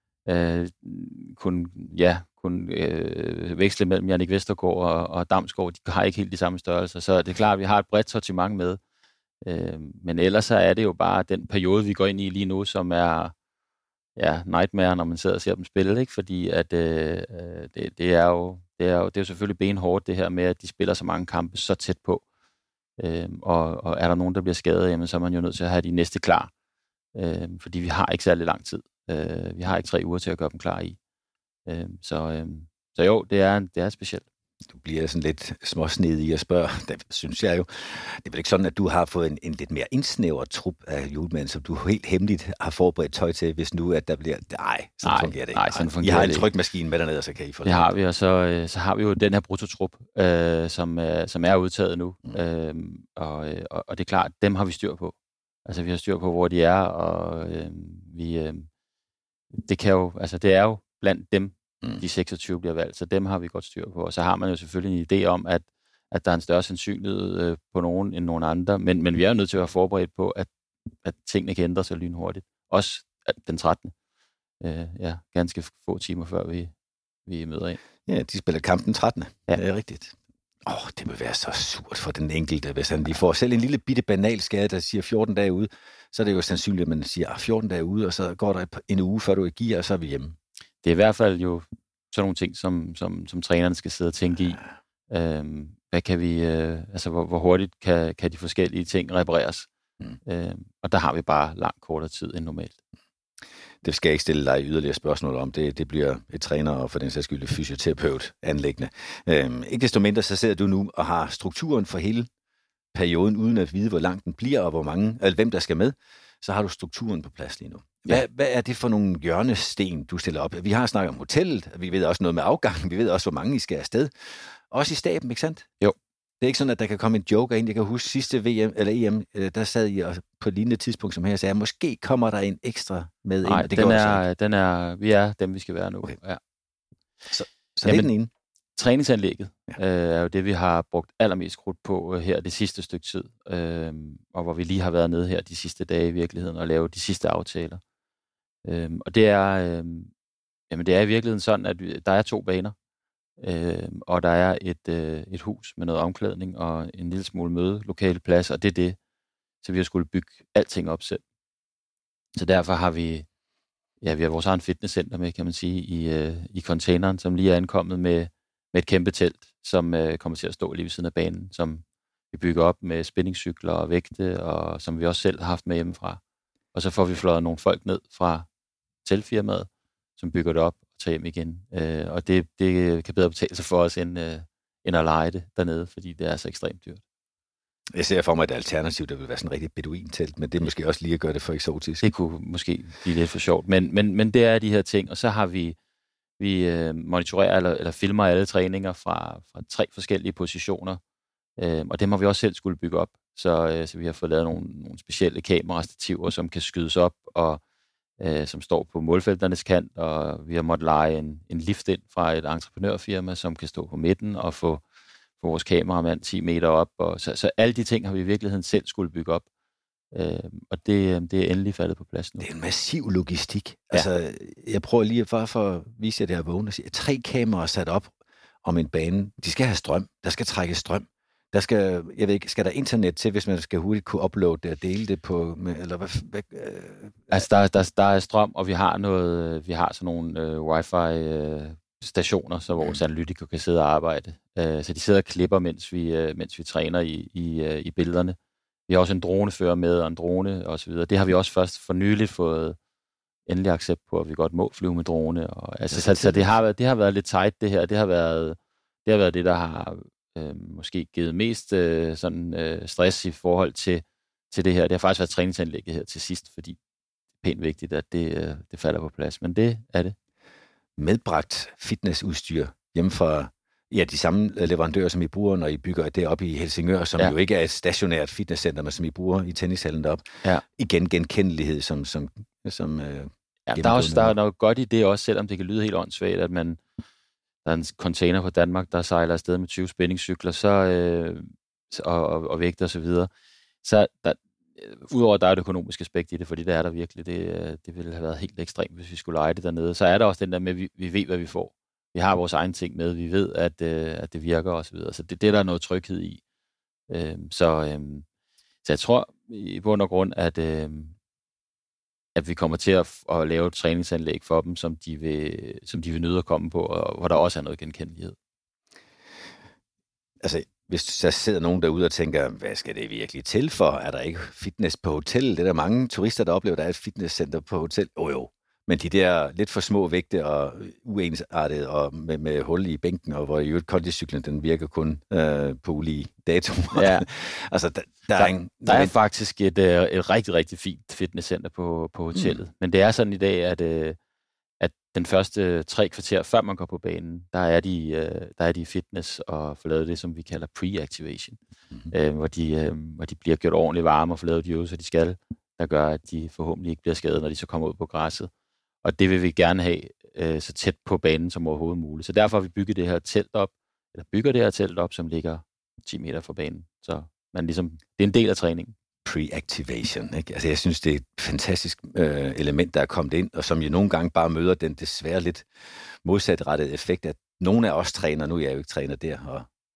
øh, kunne, ja, kunne øh, veksle mellem Jannik Vestergaard og, og Damsgaard. De har ikke helt de samme størrelser, så det er klart, at vi har et bredt sortiment med. Øh, men ellers så er det jo bare den periode, vi går ind i lige nu, som er ja, nightmare, når man sidder og ser dem spille, ikke? Fordi at, øh, det, det, er jo, det, er jo, det er jo selvfølgelig benhårdt, det her med, at de spiller så mange kampe så tæt på. Øh, og, og er der nogen, der bliver skadet, jamen, så er man jo nødt til at have de næste klar. Øh, fordi vi har ikke særlig lang tid. Øh, vi har ikke tre uger til at gøre dem klar i. Øh, så, øh, så jo, det er, det er specielt. Du bliver sådan lidt småsnedig at spørge. Det synes jeg jo. Det er vel ikke sådan, at du har fået en, en lidt mere indsnævret trup af julemænd, som du helt hemmeligt har forberedt tøj til, hvis nu, at der bliver... Nej, sådan nej, fungerer det ikke. Nej, sådan fungerer I har det en trykmaskine med dernede, og så kan I få det. har vi, og så, øh, så har vi jo den her brutotrup, øh, som, øh, som er udtaget nu. Mm. Øh, og, og, og det er klart, dem har vi styr på. Altså, vi har styr på, hvor de er, og øh, vi, øh, det kan jo, altså, det er jo blandt dem, mm. de seksogtyve bliver valgt, så dem har vi godt styr på. Og så har man jo selvfølgelig en idé om, at, at der er en større sandsynlighed øh, på nogen end nogen andre, men, men vi er jo nødt til at være forberedt på, at, at tingene kan ændre sig lynhurtigt. Også den trettende Øh, ja, ganske få timer før vi, vi møder ind. Ja, de spiller kampen trettende Ja. Det er rigtigt. Åh, oh, det vil være så surt for den enkelte, hvis han lige får selv en lille bitte banal skade, der siger fjorten dage ude, så er det jo sandsynligt, at man siger, ah, fjorten dage ude, og så går der en uge, før du er gear, og så er vi hjemme. Det er i hvert fald jo sådan nogle ting, som, som, som trænerne skal sidde og tænke i. Øhm, hvad kan vi, øh, altså hvor, hvor hurtigt kan, kan de forskellige ting repareres? Mm. Øhm, og der har vi bare langt kortere tid end normalt. Det skal jeg ikke stille dig yderligere spørgsmål om. Det, det bliver et træner og for den sags skyld fysioterapeut anlæggende. Øhm, ikke desto mindre, så sidder du nu og har strukturen for hele perioden, uden at vide, hvor lang den bliver, og hvor mange, eller hvem der skal med. Så har du strukturen på plads lige nu. Hvad, ja. hvad er det for nogle hjørnesten, du stiller op? Vi har snakket om hotellet, vi ved også noget med afgangen, vi ved også, hvor mange I skal afsted. Også i staben, ikke sandt? Jo. Det er ikke sådan, at der kan komme en joker ind. Jeg kan huske sidste V M eller E M, der sad I på et lignende tidspunkt som her, og sagde, at måske kommer der en ekstra med ind. Nej, det den, er, den er, vi er dem, vi skal være nu. Okay. Ja. Så, så Jamen, det er den ene. Træningsanlægget ja. øh, er jo det, vi har brugt allermest krudt på øh, her det sidste stykke tid, øh, og hvor vi lige har været nede her de sidste dage i virkeligheden og lave de sidste aftaler. Øh, og det er, øh, jamen det er i virkeligheden sådan, at vi, der er to baner, øh, og der er et, øh, et hus med noget omklædning og en lille smule mødelokale plads, og det er det, så vi har skulle bygge alting op selv. Så derfor har vi, ja, vi har vores egen fitnesscenter med, kan man sige, i, øh, i containeren, som lige er ankommet med med et kæmpe telt, som øh, kommer til at stå lige ved siden af banen, som vi bygger op med spændingscykler og vægte, og som vi også selv har haft med hjemmefra. Og så får vi fløjet nogle folk ned fra teltfirmaet, som bygger det op og tager hjem igen. Øh, og det, det kan bedre betale sig for os, end, øh, end at lege det dernede, fordi det er så ekstremt dyrt. Jeg ser for mig et alternativ, der vil være sådan en rigtig beduintelt, men det er måske også lige at gøre det for eksotisk. Det kunne måske blive lidt for sjovt, men, men, men det er de her ting, og så har vi Vi øh, monitorerer eller, eller filmer alle træninger fra, fra tre forskellige positioner, øh, og dem har vi også selv skulle bygge op. Så, øh, så vi har fået lavet nogle, nogle specielle kamerastativer, som kan skydes op, og øh, som står på målfelternes kant, og vi har måttet lege en, en lift ind fra et entreprenørfirma, som kan stå på midten og få, få vores kameramand ti meter op. Og, så, så alle de ting har vi i virkeligheden selv skulle bygge op. Øh, og det, det er endelig faldet på plads nu. Det er en massiv logistik. Ja. Altså, jeg prøver lige bare for at vise jer det her vågen og sige, at tre kameraer sat op om en bane, de skal have strøm. Der skal trækkes strøm. Der skal, jeg ved ikke, skal der internet til, hvis man skal hurtigt kunne uploade det og dele det på, med, eller hvad? hvad øh, altså, der, der, der er strøm, og vi har noget, vi har sådan nogle øh, wifi øh, stationer, så vores analytikere kan sidde og arbejde. Øh, så de sidder og klipper, mens vi, øh, mens vi træner i, i, øh, i billederne. Vi har også en dronefører med, og en drone og så videre. Det har vi også først for nyligt fået endelig accept på, at vi godt må flyve med drone. Og, altså, så, så det, har været, det har været lidt tight, det her. Det har været det, har været det der har øh, måske givet mest øh, sådan, øh, stress i forhold til, til det her. Det har faktisk været træningsanlægget her til sidst, fordi det er pænt vigtigt, at det, øh, det falder på plads. Men det er det. Medbragt fitnessudstyr hjemme fra ja, de samme leverandører, som I bruger, når I bygger det op i Helsingør, som ja. jo ikke er et stationært fitnesscenter, men som I bruger i tennishallen deroppe. Ja. Igen genkendelighed, som... som, som øh, ja, der er, også, der er noget godt i det også, selvom det kan lyde helt åndssvagt, at man der er en container fra Danmark, der sejler afsted med tyve spændingscykler, så, øh, og, og, og vægte og så videre. Så der, udover at der er et økonomisk aspekt i det, fordi det er der virkelig, det, det ville have været helt ekstremt, hvis vi skulle lege det dernede, så er der også den der med, at vi, vi ved, hvad vi får. Vi har vores egen ting med, vi ved, at, øh, at det virker og så videre. Så det, det der er noget tryghed i. Øh, så, øh, så jeg tror i bund og grund, at, øh, at vi kommer til at, at lave et træningsanlæg for dem, som de, vil, som de vil nyde at komme på, og hvor der også er noget genkendelighed. Altså, hvis der sidder nogen derude og tænker, hvad skal det virkelig til for? Er der ikke fitness på hotel? Det er der mange turister, der oplever, at der er et fitnesscenter på hotel. Jo jo. Men de der lidt for små vægte og uensartede og med, med hul i bænken, og hvor i øvrigt konticyklen, den virker kun øh, på ulige datoer. Ja. altså, der, der, der, er, en, der er en... faktisk et, et rigtig, rigtig fint fitnesscenter på, på hotellet. Mm. Men det er sådan i dag, at, at den første tre kvarter, før man går på banen, der er de, der er de fitness og får lavet det, som vi kalder pre-activation. Mm-hmm. Øh, hvor, de, hvor de bliver gjort ordentligt varme og får lavet de øvelser, de skal, der gør, at de forhåbentlig ikke bliver skadet, når de så kommer ud på græsset. Og det vil vi gerne have øh, så tæt på banen som overhovedet muligt. Så derfor har vi bygget det her telt op, eller bygger det her telt op, som ligger ti meter fra banen. Så man ligesom, det er en del af træningen. Pre-activation, ikke? Altså jeg synes, det er et fantastisk øh, element, der er kommet ind, og som jo nogle gange bare møder den desværre lidt modsatrettede effekt, at nogle af os træner, nu er jeg jo ikke træner der, og,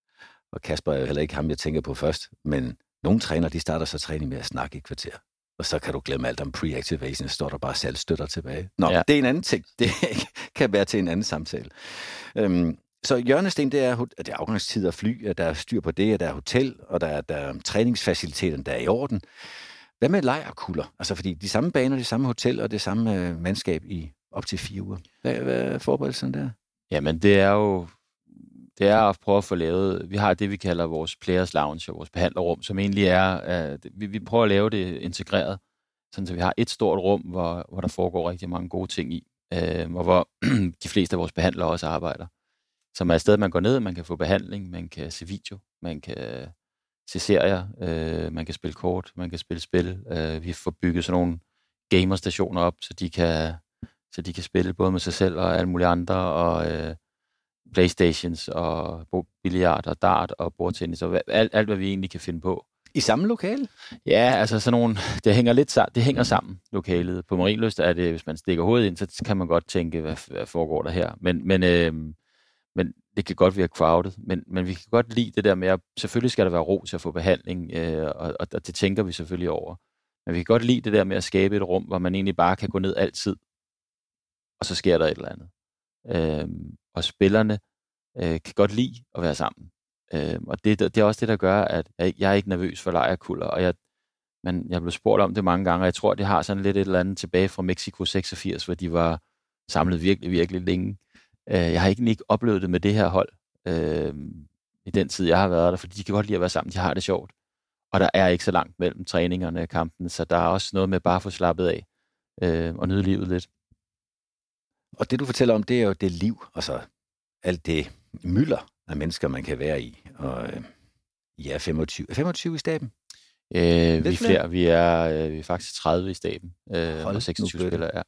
og Kasper er jo heller ikke ham, jeg tænker på først, men nogle træner, de starter så træning med at snakke i et kvarter. Og så kan du glemme alt om pre-activation, så står der bare salgstøtter tilbage. Nå, ja. Det er en anden ting. Det kan være til en anden samtale. Øhm, så hjørnesten, det er, det er afgangstid og fly, at der er styr på det, at der er hotel, og der er, der er træningsfaciliteten, der er i orden. Hvad med lejrkulder? Altså, fordi de samme baner, det samme hotel og det samme øh, mandskab i op til fire uger. Hvad, hvad er forberedelsen der? Jamen, det er jo det er at prøve at få lavet, vi har det, vi kalder vores players lounge og vores behandlerrum, som egentlig er, uh, vi, vi prøver at lave det integreret, sådan så vi har et stort rum, hvor, hvor der foregår rigtig mange gode ting i, uh, og hvor de fleste af vores behandlere også arbejder. Som er et sted, man går ned, man kan få behandling, man kan se video, man kan se serier, uh, man kan spille kort, man kan spille spil. Uh, vi får bygget sådan nogle gamerstationer op, så de kan, så de kan spille både med sig selv og alle mulige andre, og uh, Playstations og billiard og dart og bordtennis og alt, alt, hvad vi egentlig kan finde på. I samme lokale? Ja, altså sådan nogle, det hænger lidt sammen, det hænger sammen, lokalet. På Marienlyst er det, hvis man stikker hovedet ind, så kan man godt tænke, hvad, hvad foregår der her. Men, men, øh, men det kan godt virke crowded, men, men vi kan godt lide det der med, at selvfølgelig skal der være ro til at få behandling, øh, og, og det tænker vi selvfølgelig over. Men vi kan godt lide det der med at skabe et rum, hvor man egentlig bare kan gå ned altid, og så sker der et eller andet. Øh, og spillerne øh, kan godt lide at være sammen. Øh, og det, det er også det, der gør, at jeg er ikke nervøs for lejrkulder, og jeg, men jeg blev spurgt om det mange gange, og jeg tror, det har sådan lidt et eller andet tilbage fra Mexico seksogfirs, hvor de var samlet virkelig, virkelig længe. Øh, jeg har ikke, ikke oplevet det med det her hold øh, i den tid, jeg har været der, fordi de kan godt lide at være sammen, de har det sjovt. Og der er ikke så langt mellem træningerne og kampene, så der er også noget med bare at få slappet af øh, og nyde livet lidt. Og det, du fortæller om, det er jo det liv, altså alt det mylder af mennesker, man kan være i. Og øh, I er femogtyve. Er femogtyve i staben? Øh, vi er flere. Vi er, øh, vi er faktisk tredive i staben. Øh, og seksogtyve spillere, ja.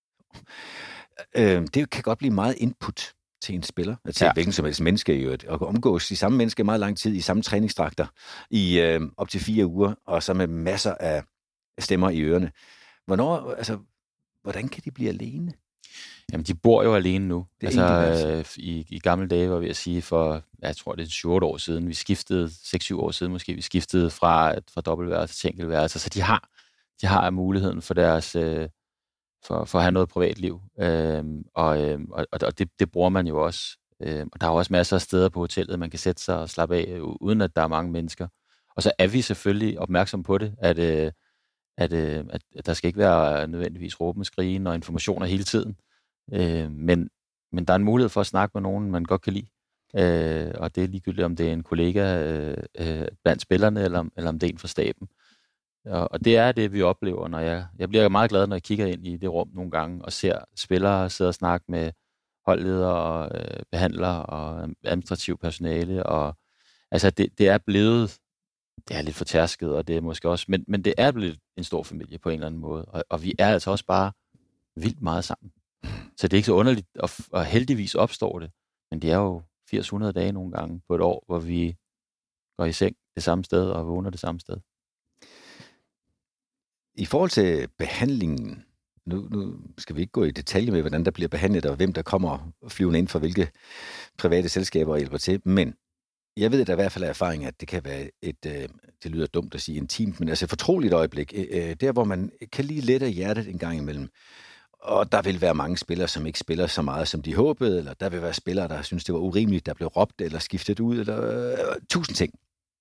Øh, det kan godt blive meget input til en spiller. Til ja. Hvilken som helst menneske i øvrigt. Og omgås de samme mennesker meget lang tid i samme træningsdragter i øh, op til fire uger, og så med masser af stemmer i ørerne. Hvornår, altså, hvordan kan de blive alene? Jamen, de bor jo alene nu. Altså, øh, i, i gamle dage var vi at sige for, jeg tror, det er syv otte år siden. Vi skiftede, seks syv år siden måske, vi skiftede fra, fra dobbeltværelse til enkeltværelse. Så de har, de har muligheden for deres, øh, for, for at have noget privatliv. Øh, og øh, og, og det, det bruger man jo også. Øh, og der er også masser af steder på hotellet, man kan sætte sig og slappe af, uden at der er mange mennesker. Og så er vi selvfølgelig opmærksom på det, at, øh, at, øh, at der skal ikke være nødvendigvis råben og skrigen og informationer hele tiden. Øh, men, men der er en mulighed for at snakke med nogen, man godt kan lide. Øh, og det er ligegyldigt, om det er en kollega øh, øh, blandt spillerne, eller, eller om det er en fra staben. Og, og det er det, vi oplever, når jeg... Jeg bliver meget glad, når jeg kigger ind i det rum nogle gange, og ser spillere sidde og snakke med holdledere og øh, behandlere og administrativ personale. Og, altså, det, det er blevet... Det er lidt fortærsket, og det er måske også... Men, men det er blevet en stor familie på en eller anden måde. Og, og vi er altså også bare vildt meget sammen. Så det er ikke så underligt, og, og heldigvis opstår det. Men det er jo firs hundrede dage nogle gange på et år, hvor vi går i seng det samme sted og vågner det samme sted. I forhold til behandlingen, nu, nu skal vi ikke gå i detalje med, hvordan der bliver behandlet, og hvem der kommer flyvende ind for hvilke private selskaber hjælper til, men jeg ved, at der i hvert fald er erfaring, at det kan være et, øh, det lyder dumt at sige intimt, men altså et fortroligt øjeblik, øh, der hvor man kan lige lette af en gang imellem. Og der vil være mange spillere, som ikke spiller så meget, som de håbede, eller der vil være spillere, der synes, det var urimeligt, der blev råbt eller skiftet ud, eller øh, tusind ting.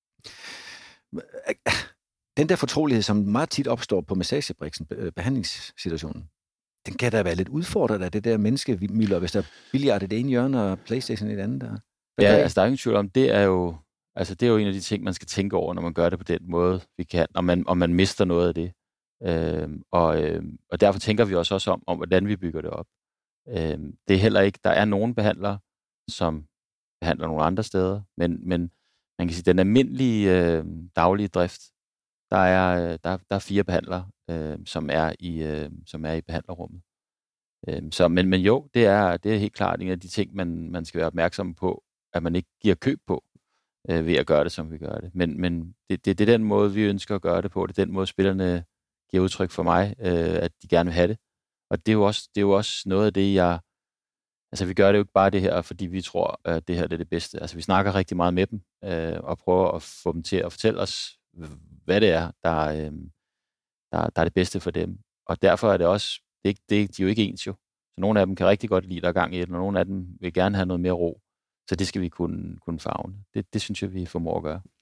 Den der fortrolighed, som meget tit opstår på massagebriksen, behandlingssituationen, den kan da være lidt udfordret af det der menneskemylder, hvis der er billiard i det ene hjørne, og Playstation i det andet. Der. Ja, altså der er ingen tvivl om, det er jo, altså det er jo en af de ting, man skal tænke over, når man gør det på den måde, vi kan, og man, og man mister noget af det. Øhm, og, øhm, og derfor tænker vi også, også om, om, hvordan vi bygger det op. Øhm, det er heller ikke, der er nogle behandlere, som behandler nogle andre steder, men, men man kan sige, den almindelige øh, daglige drift, der er, der, der er fire behandlere, øh, som, er i, øh, som er i behandlerrummet. Øhm, så, men, men jo, det er, det er helt klart en af de ting, man, man skal være opmærksom på, at man ikke giver køb på, øh, ved at gøre det, som vi gør det. Men, men det, det, det er den måde, vi ønsker at gøre det på. Det er den måde, spillerne giver udtryk for mig, øh, at de gerne vil have det. Og det er jo også, det er jo også noget af det, jeg, altså vi gør det jo ikke bare det her, fordi vi tror, at det her det er det bedste. Altså vi snakker rigtig meget med dem, øh, og prøver at få dem til at fortælle os, hvad det er, der, øh, der, der er det bedste for dem. Og derfor er det også, det er, ikke, det er, de er jo ikke ens jo. Så nogle af dem kan rigtig godt lide, der er gang i det, og nogle af dem vil gerne have noget mere ro. Så det skal vi kunne, kunne favne. Det, det synes jeg, vi formår at gøre.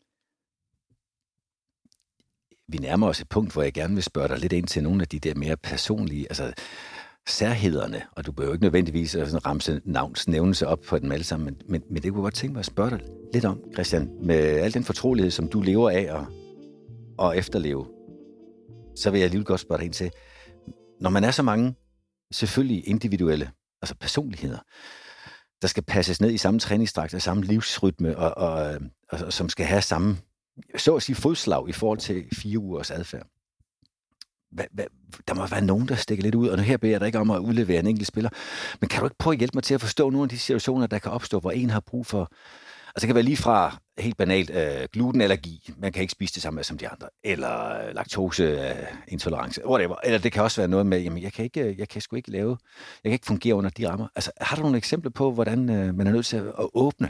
Vi nærmer os et punkt, hvor jeg gerne vil spørge dig lidt ind til nogle af de der mere personlige, altså særhederne, og du behøver ikke nødvendigvis sådan ramse navns nævnelse op på dem alle sammen, men, men, men det kunne jeg godt tænke mig at spørge dig lidt om, Christian, med al den fortrolighed, som du lever af og, og efterleve, så vil jeg lige godt spørge dig ind til, når man er så mange selvfølgelig individuelle, altså personligheder, der skal passes ned i samme træningsdragt og samme livsrytme, og, og, og, og som skal have samme, så at sige, fodslag i forhold til fire ugers adfærd. Hva, hva, der må være nogen, der stikker lidt ud, og her beder jeg dig ikke om at udlevere en enkelt spiller, men kan du ikke prøve at hjælpe mig til at forstå nogle af de situationer, der kan opstå, hvor en har brug for, altså det kan være lige fra helt banalt øh, glutenallergi, man kan ikke spise det samme som de andre, eller laktoseintolerance, whatever, eller det kan også være noget med, jamen jeg kan ikke, jeg kan sgu ikke lave, jeg kan ikke fungere under de rammer. Altså har du nogle eksempler på, hvordan øh, man er nødt til at åbne?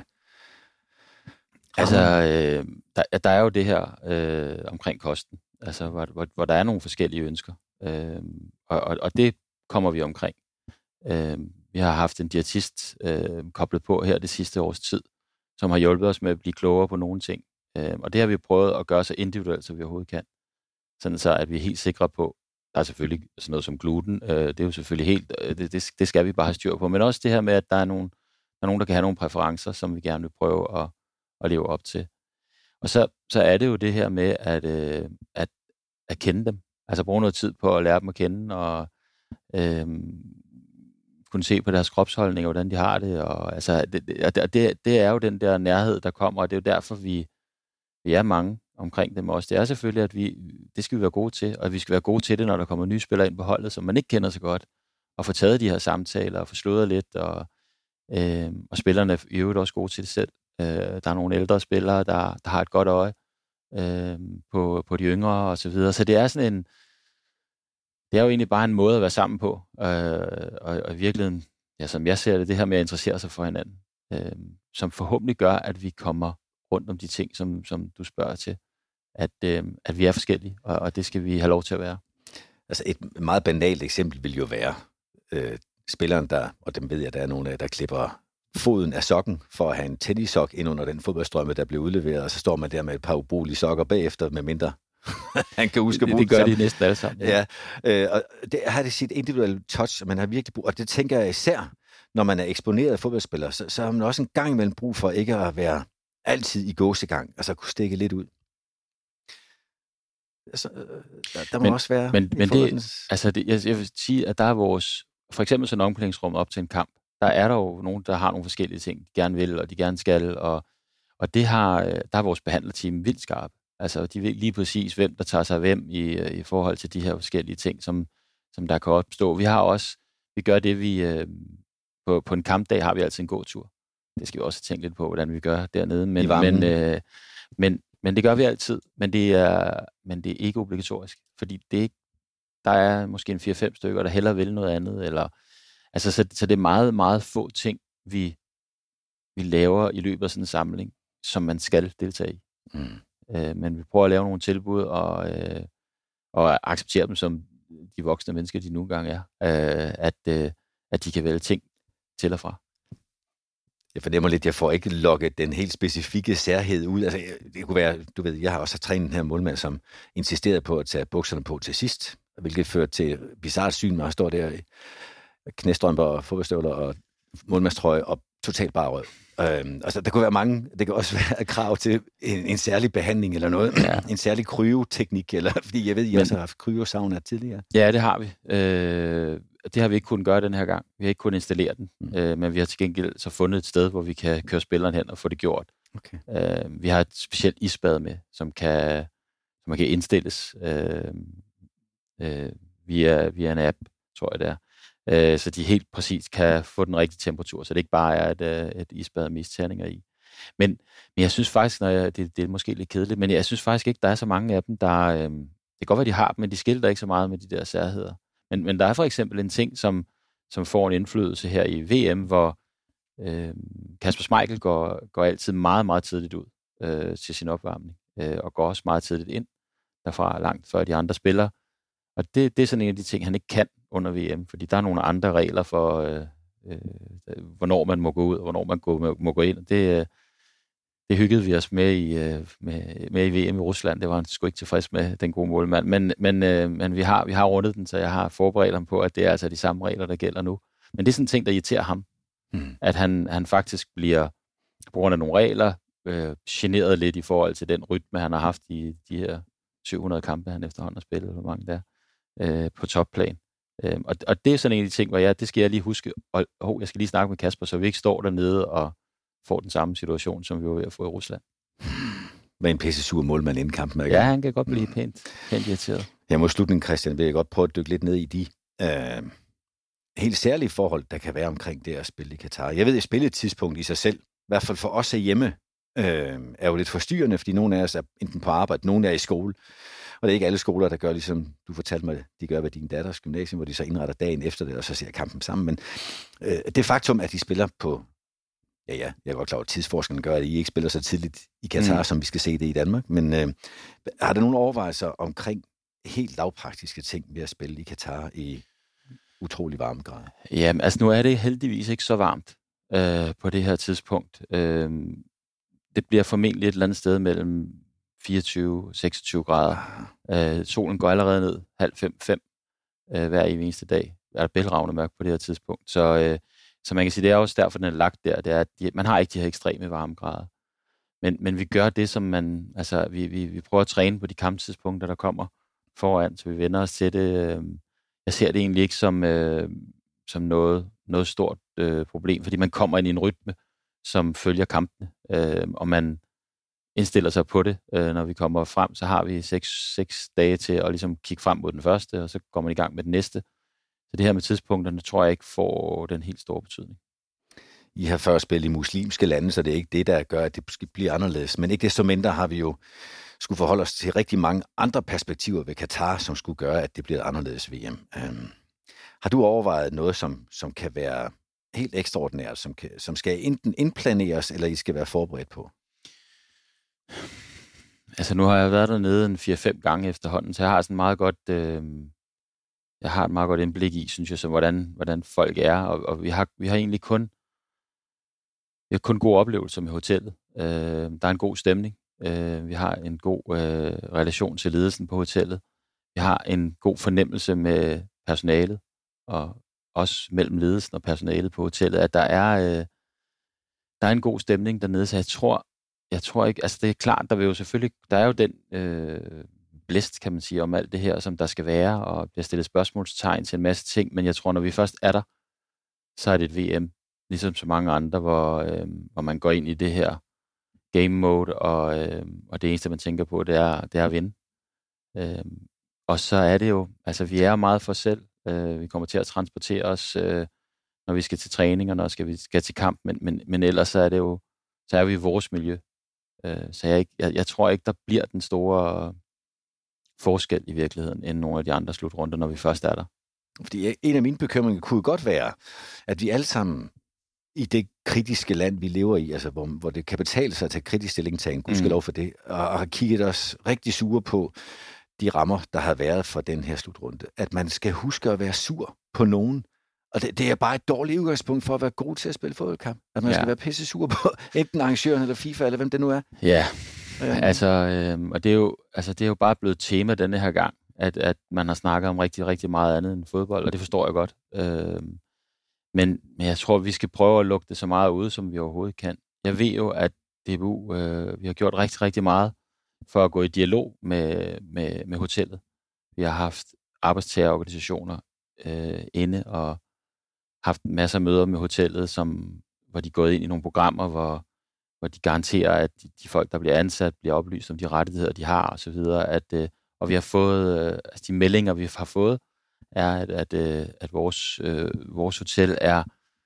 Altså, øh, der, der er jo det her øh, omkring kosten, altså hvor, hvor, hvor der er nogle forskellige ønsker, øh, og, og, og det kommer vi omkring. Øh, vi har haft en diætist øh, koblet på her det sidste års tid, som har hjulpet os med at blive klogere på nogle ting. Øh, og det har vi prøvet at gøre så individuelt, som vi overhovedet kan. Sådan så, at vi er helt sikre på, der er selvfølgelig sådan noget som gluten, øh, det er jo selvfølgelig helt, øh, det, det, det skal vi bare have styr på, men også det her med, at der er, nogen, der er nogen, der kan have nogle præferencer, som vi gerne vil prøve at, at leve op til. Og så, så er det jo det her med at, øh, at, at kende dem, altså bruge noget tid på at lære dem at kende, og øh, kunne se på deres kropsholdning, og hvordan de har det, og altså, det, det, det er jo den der nærhed, der kommer, og det er jo derfor, vi, vi er mange omkring dem også. Det er selvfølgelig, at vi, det skal vi være gode til, og vi skal være gode til det, når der kommer nye spillere ind på holdet, som man ikke kender så godt, og få taget de her samtaler, og få slået lidt, og, øh, og spillerne er i øvrigt også gode til det selv. Øh, der er nogle ældre spillere, der, der har et godt øje øh, på, på de yngre, og så videre. Så det er sådan en, det er jo egentlig bare en måde at være sammen på, øh, og, og i virkeligheden, ja, som jeg ser det, det her med at interessere sig for hinanden, øh, som forhåbentlig gør, at vi kommer rundt om de ting, som, som du spørger til, at, øh, at vi er forskellige, og, og det skal vi have lov til at være. Altså et meget banalt eksempel vil jo være øh, spilleren, der, og dem ved jeg, der er nogle af, der klipper foden af sokken for at have en tennissok ind under den fodboldstrømme, der blev udleveret, og så står man der med et par ubrugelige sokker bagefter, med mindre han kan huske at bruge det. Det gør de næsten alle sammen. Ja, ja øh, og det har det sit individuelle touch, man har virkelig brug, og det tænker jeg især, når man er eksponeret fodboldspiller, så, så har man også en gang imellem brug for ikke at være altid i gåsegang, altså kunne stikke lidt ud. Altså, der, der må men, også være... Men, men det, altså det, jeg, jeg vil sige, at der er vores, for eksempel sådan en omklædningsrum op til en kamp, der er der jo nogen, der har nogle forskellige ting, de gerne vil, og de gerne skal, og, og det har, der er vores behandlerteam vildt skarpe. Altså, de ved lige præcis, hvem der tager sig hvem i, i forhold til de her forskellige ting, som, som der kan opstå. Vi har også, vi gør det, vi øh, på, på en kampdag har vi altid en gåtur. Det skal vi også tænke lidt på, hvordan vi gør dernede. Men, men, øh, men, men det gør vi altid, men det er, men det er ikke obligatorisk, fordi det er ikke, der er måske en fire fem stykker, der hellere vil noget andet, eller altså, så, så det er meget, meget få ting, vi, vi laver i løbet af sådan en samling, som man skal deltage i. Mm. Øh, men vi prøver at lave nogle tilbud, og, øh, og acceptere dem som de voksne mennesker, de nogle gange er, øh, at, øh, at de kan vælge ting til og fra. Jeg fornemmer lidt, jeg får ikke lukket den helt specifikke særhed ud. Altså, det kunne være, du ved, jeg har også trænet den her målmand, som insisterede på at tage bukserne på til sidst, hvilket førte til bizarrt syn, når han står der i knæstrømper og fodboldstøvler og målmandstrøje og totalt bare rød. Øhm, altså, der kunne være mange, det kan også være et krav til en, en særlig behandling eller noget, ja. En særlig kryoteknik, eller fordi jeg ved, I Men, også har haft kryosauna tidligere. Ja, det har vi. Øh, det har vi ikke kunnet gøre den her gang. Vi har ikke kunnet installere den, mm. øh, men vi har til gengæld så fundet et sted, hvor vi kan køre spilleren hen og få det gjort. Okay. Øh, vi har et specielt isbad med, som kan, som kan indstilles øh, øh, via, via en app, tror jeg det er. Så de helt præcis kan få den rigtige temperatur, så det ikke bare er et, et isbad med isterninger i. Men, men jeg synes faktisk, når jeg, det, det er måske lidt kedeligt, men jeg synes faktisk ikke, der er så mange af dem, der... Øhm, det kan godt være, de har dem, men de skilter ikke så meget med de der særheder. Men, men der er for eksempel en ting, som, som får en indflydelse her i V M, hvor øh, Kasper Schmeichel går, går altid meget, meget tidligt ud øh, til sin opvarmning, øh, og går også meget tidligt ind derfra, langt før de andre spillere. Og det, det er sådan en af de ting, han ikke kan under V M, fordi der er nogle andre regler for, øh, øh, hvornår man må gå ud, og hvornår man gå, må gå ind. Og det, øh, det hyggede vi os med i, øh, med, med i V M i Rusland. Det var han sgu ikke tilfreds med, den gode målmand. Men, men, øh, men vi, har, vi har rundet den, så jeg har forberedt ham på, at det er altså de samme regler, der gælder nu. Men det er sådan en ting, der irriterer ham. Mm. At han, han faktisk bliver, på grund af nogle regler, øh, generet lidt i forhold til den rytme, han har haft i de her syv hundrede kampe, han efterhånden har spillet, hvor mange der øh, på topplan. Øh, og, og det er sådan en af de ting, hvor jeg, det skal jeg lige huske, og oh, jeg skal lige snakke med Kasper, så vi ikke står dernede og får den samme situation, som vi var ved at få i Rusland. Med en pisse sur målmand inden kampen. Ja, han kan godt blive pænt, pænt irriteret. Ja, mod slutningen, Christian, vil jeg godt prøve at dykke lidt ned i de øh, helt særlige forhold, der kan være omkring det at spille i Katar. Jeg ved, at spilletidspunkt i sig selv, i hvert fald for os hjemme, øh, er jo lidt forstyrrende, fordi nogle af os er enten på arbejde, nogle er i skole. Og det er ikke alle skoler, der gør, ligesom du fortalte mig, de gør ved din datters gymnasium, hvor de så indretter dagen efter det, og så ser kampen sammen. Men øh, det faktum, at de spiller på, ja ja, jeg er godt klar over, at tidsforskerne gør, at I ikke spiller så tidligt i Katar, mm. som vi skal se det i Danmark. Men øh, har der nogle overvejelser omkring helt lavpraktiske ting ved at spille i Katar i utrolig varme grader? Jamen, altså nu er det heldigvis ikke så varmt øh, på det her tidspunkt. Øh, det bliver formentlig et eller andet sted mellem fireogtyve til seksogtyve grader. Øh, solen går allerede ned halv fem, fem øh, hver eneste dag. Er der bælragende mørkt på det her tidspunkt. Så, øh, så man kan sige, det er også derfor, den er lagt der. Det er, at de, man har ikke de her ekstreme varmegrader. Men, men vi gør det, som man... Altså, vi, vi, vi prøver at træne på de kamptidspunkter, der kommer foran, så vi vender os til det. Øh, jeg ser det egentlig ikke som, øh, som noget, noget stort øh, problem, fordi man kommer ind i en rytme, som følger kampene, øh, og man indstiller sig på det. Øh, når vi kommer frem, så har vi seks, seks dage til at ligesom kigge frem mod den første, og så går man i gang med den næste. Så det her med tidspunkterne, tror jeg ikke får den helt store betydning. I har før spillet i muslimske lande, så det er ikke det, der gør, at det bliver anderledes. Men ikke desto mindre har vi jo skulle forholde os til rigtig mange andre perspektiver ved Katar, som skulle gøre, at det bliver anderledes V M. Um, har du overvejet noget, som, som kan være helt ekstraordinært, som, kan, som skal enten indplaneres, eller I skal være forberedt på? Altså nu har jeg været dernede en fire fem gange efterhånden, så jeg har sådan meget godt, øh, jeg har et meget godt indblik i, synes jeg, så hvordan, hvordan folk er, og, og vi har, vi har egentlig kun, vi har kun gode oplevelser med hotellet. Øh, der er en god stemning. Øh, vi har en god øh, relation til ledelsen på hotellet. Vi har en god fornemmelse med personalet, og også mellem ledelsen og personalet på hotellet, at der er, øh, der er en god stemning dernede, så jeg tror, jeg tror ikke, altså det er klart, der vil jo selvfølgelig, der er jo den øh, blæst, kan man sige, om alt det her, som der skal være, og bliver stillet spørgsmålstegn til en masse ting, men jeg tror, når vi først er der, så er det et V M, ligesom så mange andre, hvor, øh, hvor man går ind i det her game mode, og, øh, og det eneste, man tænker på, det er, det er at vinde. Øh, og så er det jo, altså vi er meget for os selv. Øh, vi kommer til at transportere os, øh, når vi skal til træning, og når skal vi skal til kamp, men, men, men ellers så er det jo, så er vi i vores miljø. Øh, så jeg, jeg, jeg tror ikke, der bliver den store forskel i virkeligheden, end nogle af de andre slutrunder, når vi først er der. Fordi en af mine bekymringer kunne godt være, at vi alle sammen i det kritiske land, vi lever i, altså hvor, hvor det kan betale sig at tage kritisk stilling til en, gud skal lov for det, og, og har kigget os rigtig sure på de rammer, der har været for den her slutrunde. At man skal huske at være sur på nogen, og det, det er bare et dårligt udgangspunkt for at være god til at spille fodboldkamp. At man ja. skal være pisse sur på enten arrangøren eller FIFA, eller hvem det nu er. Ja, øhm. altså, øh, og det er, jo, altså, det er jo bare blevet tema denne her gang, at, at man har snakket om rigtig, rigtig meget andet end fodbold, og det forstår jeg godt. Øh, Men, men jeg tror, vi skal prøve at lukke det så meget ud, som vi overhovedet kan. Jeg ved jo, at D B U, øh, vi har gjort rigtig, rigtig meget for at gå i dialog med, med, med hotellet. Vi har haft arbejdstagerorganisationer øh, inde og haft masser af møder med hotellet, som, hvor de er gået ind i nogle programmer, hvor, hvor de garanterer, at de, de folk, der bliver ansat, bliver oplyst om de rettigheder, de har osv. At, øh, og vi har fået, øh, altså de meldinger, vi har fået, er, at, at, at vores, øh, vores hotel er,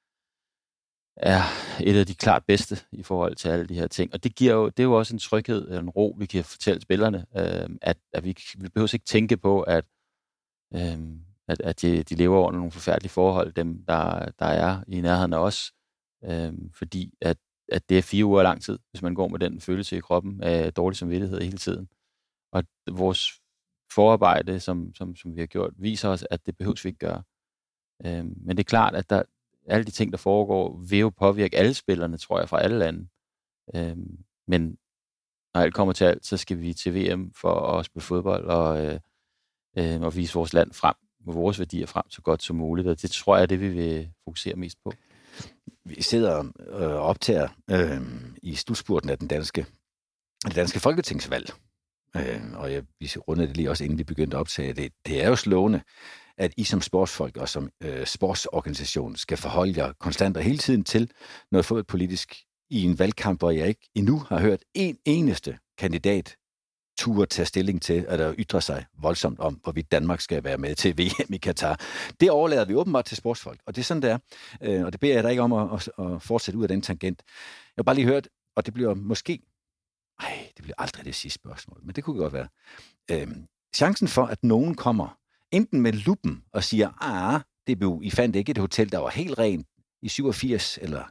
er et af de klart bedste i forhold til alle de her ting. Og det giver jo, det er jo også en tryghed, en ro, vi kan fortælle spillerne, øh, at, at vi, vi behøver ikke tænke på, at, øh, at, at de, de lever under nogle forfærdelige forhold, dem der, der er i nærheden af os. Øh, fordi at, at det er fire uger lang tid, hvis man går med den følelse i kroppen af dårlig samvittighed hele tiden. Og vores forarbejde, som, som, som vi har gjort, viser os, at det behøves vi ikke gøre. Øh, men det er klart, at der, alle de ting, der foregår, vil jo påvirke alle spillerne, tror jeg, fra alle lande. Øh, men når alt kommer til alt, så skal vi til V M for at spille fodbold og, øh, øh, og vise vores land frem, og vores værdier frem så godt som muligt. Og det tror jeg er det, vi vil fokusere mest på. Vi sidder og øh, optager øh, i slutspurten af den danske, det danske folketingsvalg. Øh, og jeg, vi rundede det lige også, inden vi begyndte at optage det. Det er jo slående, at I som sportsfolk og som øh, sportsorganisation skal forholde jer konstant og hele tiden til noget fodboldpolitisk i en valgkamp, hvor jeg ikke endnu har hørt en eneste kandidat turde tage stilling til, at der ytrer sig voldsomt om, hvorvidt Danmark skal være med til V M i Katar. Det overlader vi åbenbart til sportsfolk, og det er sådan, det er. Øh, og det beder jeg dig ikke om at, at, at fortsætte ud af den tangent. Jeg har bare lige hørt, og det bliver måske... Ej, det bliver aldrig det sidste spørgsmål, men det kunne godt være. Øh, chancen for, at nogen kommer enten med luppen og siger, ah, D B U, I fandt ikke et hotel, der var helt rent i syvogfirs eller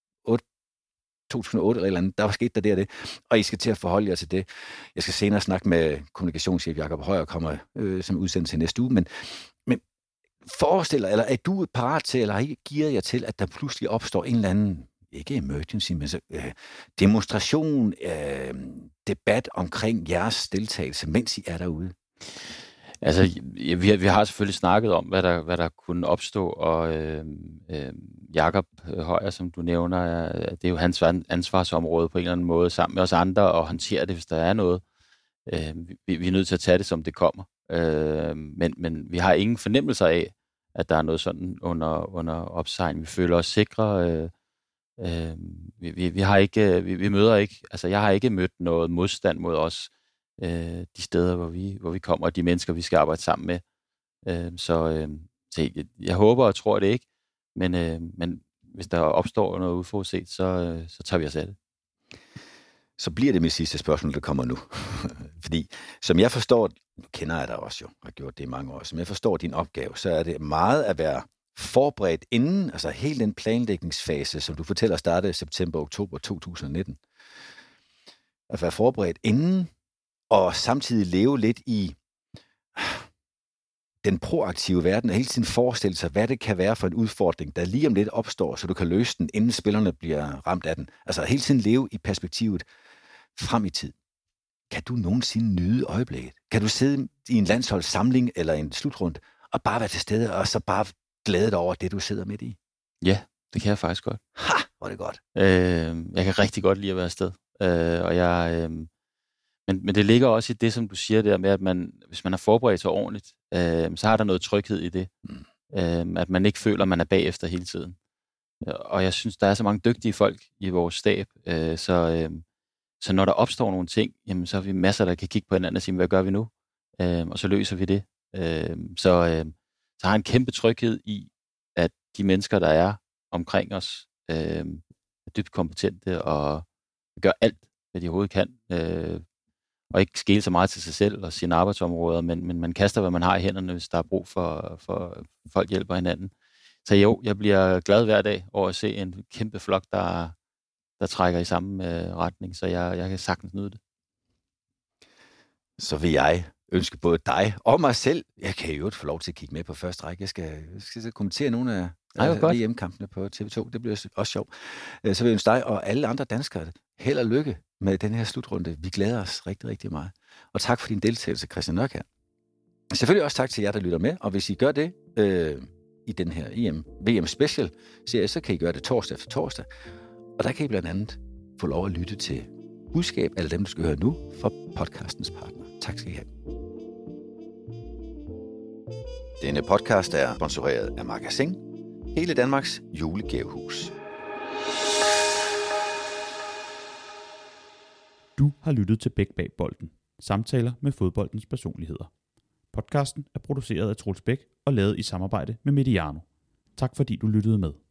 to tusind og otte eller et eller andet, der var sket der der det, og I skal til at forholde jer til det. Jeg skal senere snakke med kommunikationschef Jakob Højer, kommer øh, som udsendelse til næste uge, men, men forestil dig, eller er du parat til, eller har I gearet jer til, at der pludselig opstår en eller anden, ikke emergency, men så, øh, demonstration, øh, debat omkring jeres deltagelse, mens I er derude? Altså, vi har, vi har selvfølgelig snakket om, hvad der, hvad der kunne opstå, og øh, øh, Jakob Højer, som du nævner, det er jo hans ansvarsområde på en eller anden måde, sammen med os andre, og håndtere det, hvis der er noget. Øh, vi, vi er nødt til at tage det, som det kommer. Øh, men, men vi har ingen fornemmelser af, at der er noget sådan under, under opsejling. Vi føler os sikre. Øh, øh, vi, vi, vi har ikke, vi, vi møder ikke, altså jeg har ikke mødt noget modstand mod os, Øh, de steder, hvor vi, hvor vi kommer, og de mennesker, vi skal arbejde sammen med. Øh, så øh, så jeg, jeg håber og tror det ikke, men, øh, men hvis der opstår noget uforudset, så, øh, så tager vi os af det. Så bliver det mit sidste spørgsmål, der kommer nu. Fordi, som jeg forstår, nu kender jeg dig også jo, har gjort det i mange år, som jeg forstår din opgave, så er det meget at være forberedt inden, altså hele den planlægningsfase, som du fortæller startede i september-oktober to tusind og nitten. At være forberedt inden, og samtidig leve lidt i den proaktive verden, og hele tiden forestille sig, hvad det kan være for en udfordring, der lige om lidt opstår, så du kan løse den, inden spillerne bliver ramt af den. Altså hele tiden leve i perspektivet frem i tid. Kan du nogensinde nyde øjeblikket? Kan du sidde i en landsholdssamling eller en slutrunde, og bare være til stede, og så bare glæde dig over det, du sidder midt i? Ja, det kan jeg faktisk godt. Ha, hvor er det godt. Øh, jeg kan rigtig godt lide at være afsted, øh, og jeg... Øh, Men, men det ligger også i det, som du siger der med, at man, hvis man har forberedt sig ordentligt, øh, så har der noget tryghed i det. Mm. Øh, at man ikke føler, at man er bagefter hele tiden. Og jeg synes, der er så mange dygtige folk i vores stab, øh, så, øh, så når der opstår nogle ting, jamen, så har vi masser, der kan kigge på hinanden og sige, hvad gør vi nu? Øh, og så løser vi det. Øh, så, øh, så har jeg en kæmpe tryghed i, at de mennesker, der er omkring os, øh, er dybt kompetente og gør alt, hvad de overhovedet kan, øh, og ikke skele så meget til sig selv og sine arbejdsområder, men, men man kaster, hvad man har i hænderne, hvis der er brug for, for folk hjælper hinanden. Så jo, jeg bliver glad hver dag over at se en kæmpe flok, der, der trækker i samme øh, retning, så jeg, jeg kan sagtens nyde det. Så vil jeg ønske både dig og mig selv, jeg kan jo få lov til at kigge med på første række, jeg skal, jeg skal kommentere nogle af V M-kampene på T V to, det bliver også sjovt. Så vil jeg ønske dig og alle andre danskere held og lykke med den her slutrunde. Vi glæder os rigtig, rigtig meget. Og tak for din deltagelse, Christian Nørkjær. Selvfølgelig også tak til jer, der lytter med, og hvis I gør det øh, i den her E M, V M Special serie, så kan I gøre det torsdag efter torsdag. Og der kan I blandt andet få lov at lytte til budskab, alle dem, du skal høre nu, fra podcastens partner. Tak skal I have. Denne podcast er sponsoreret af Magasin, hele Danmarks julegavehus. Du har lyttet til Bæk bag bolden. Samtaler med fodboldens personligheder. Podcasten er produceret af Troels Bæk og lavet i samarbejde med Mediano. Tak fordi du lyttede med.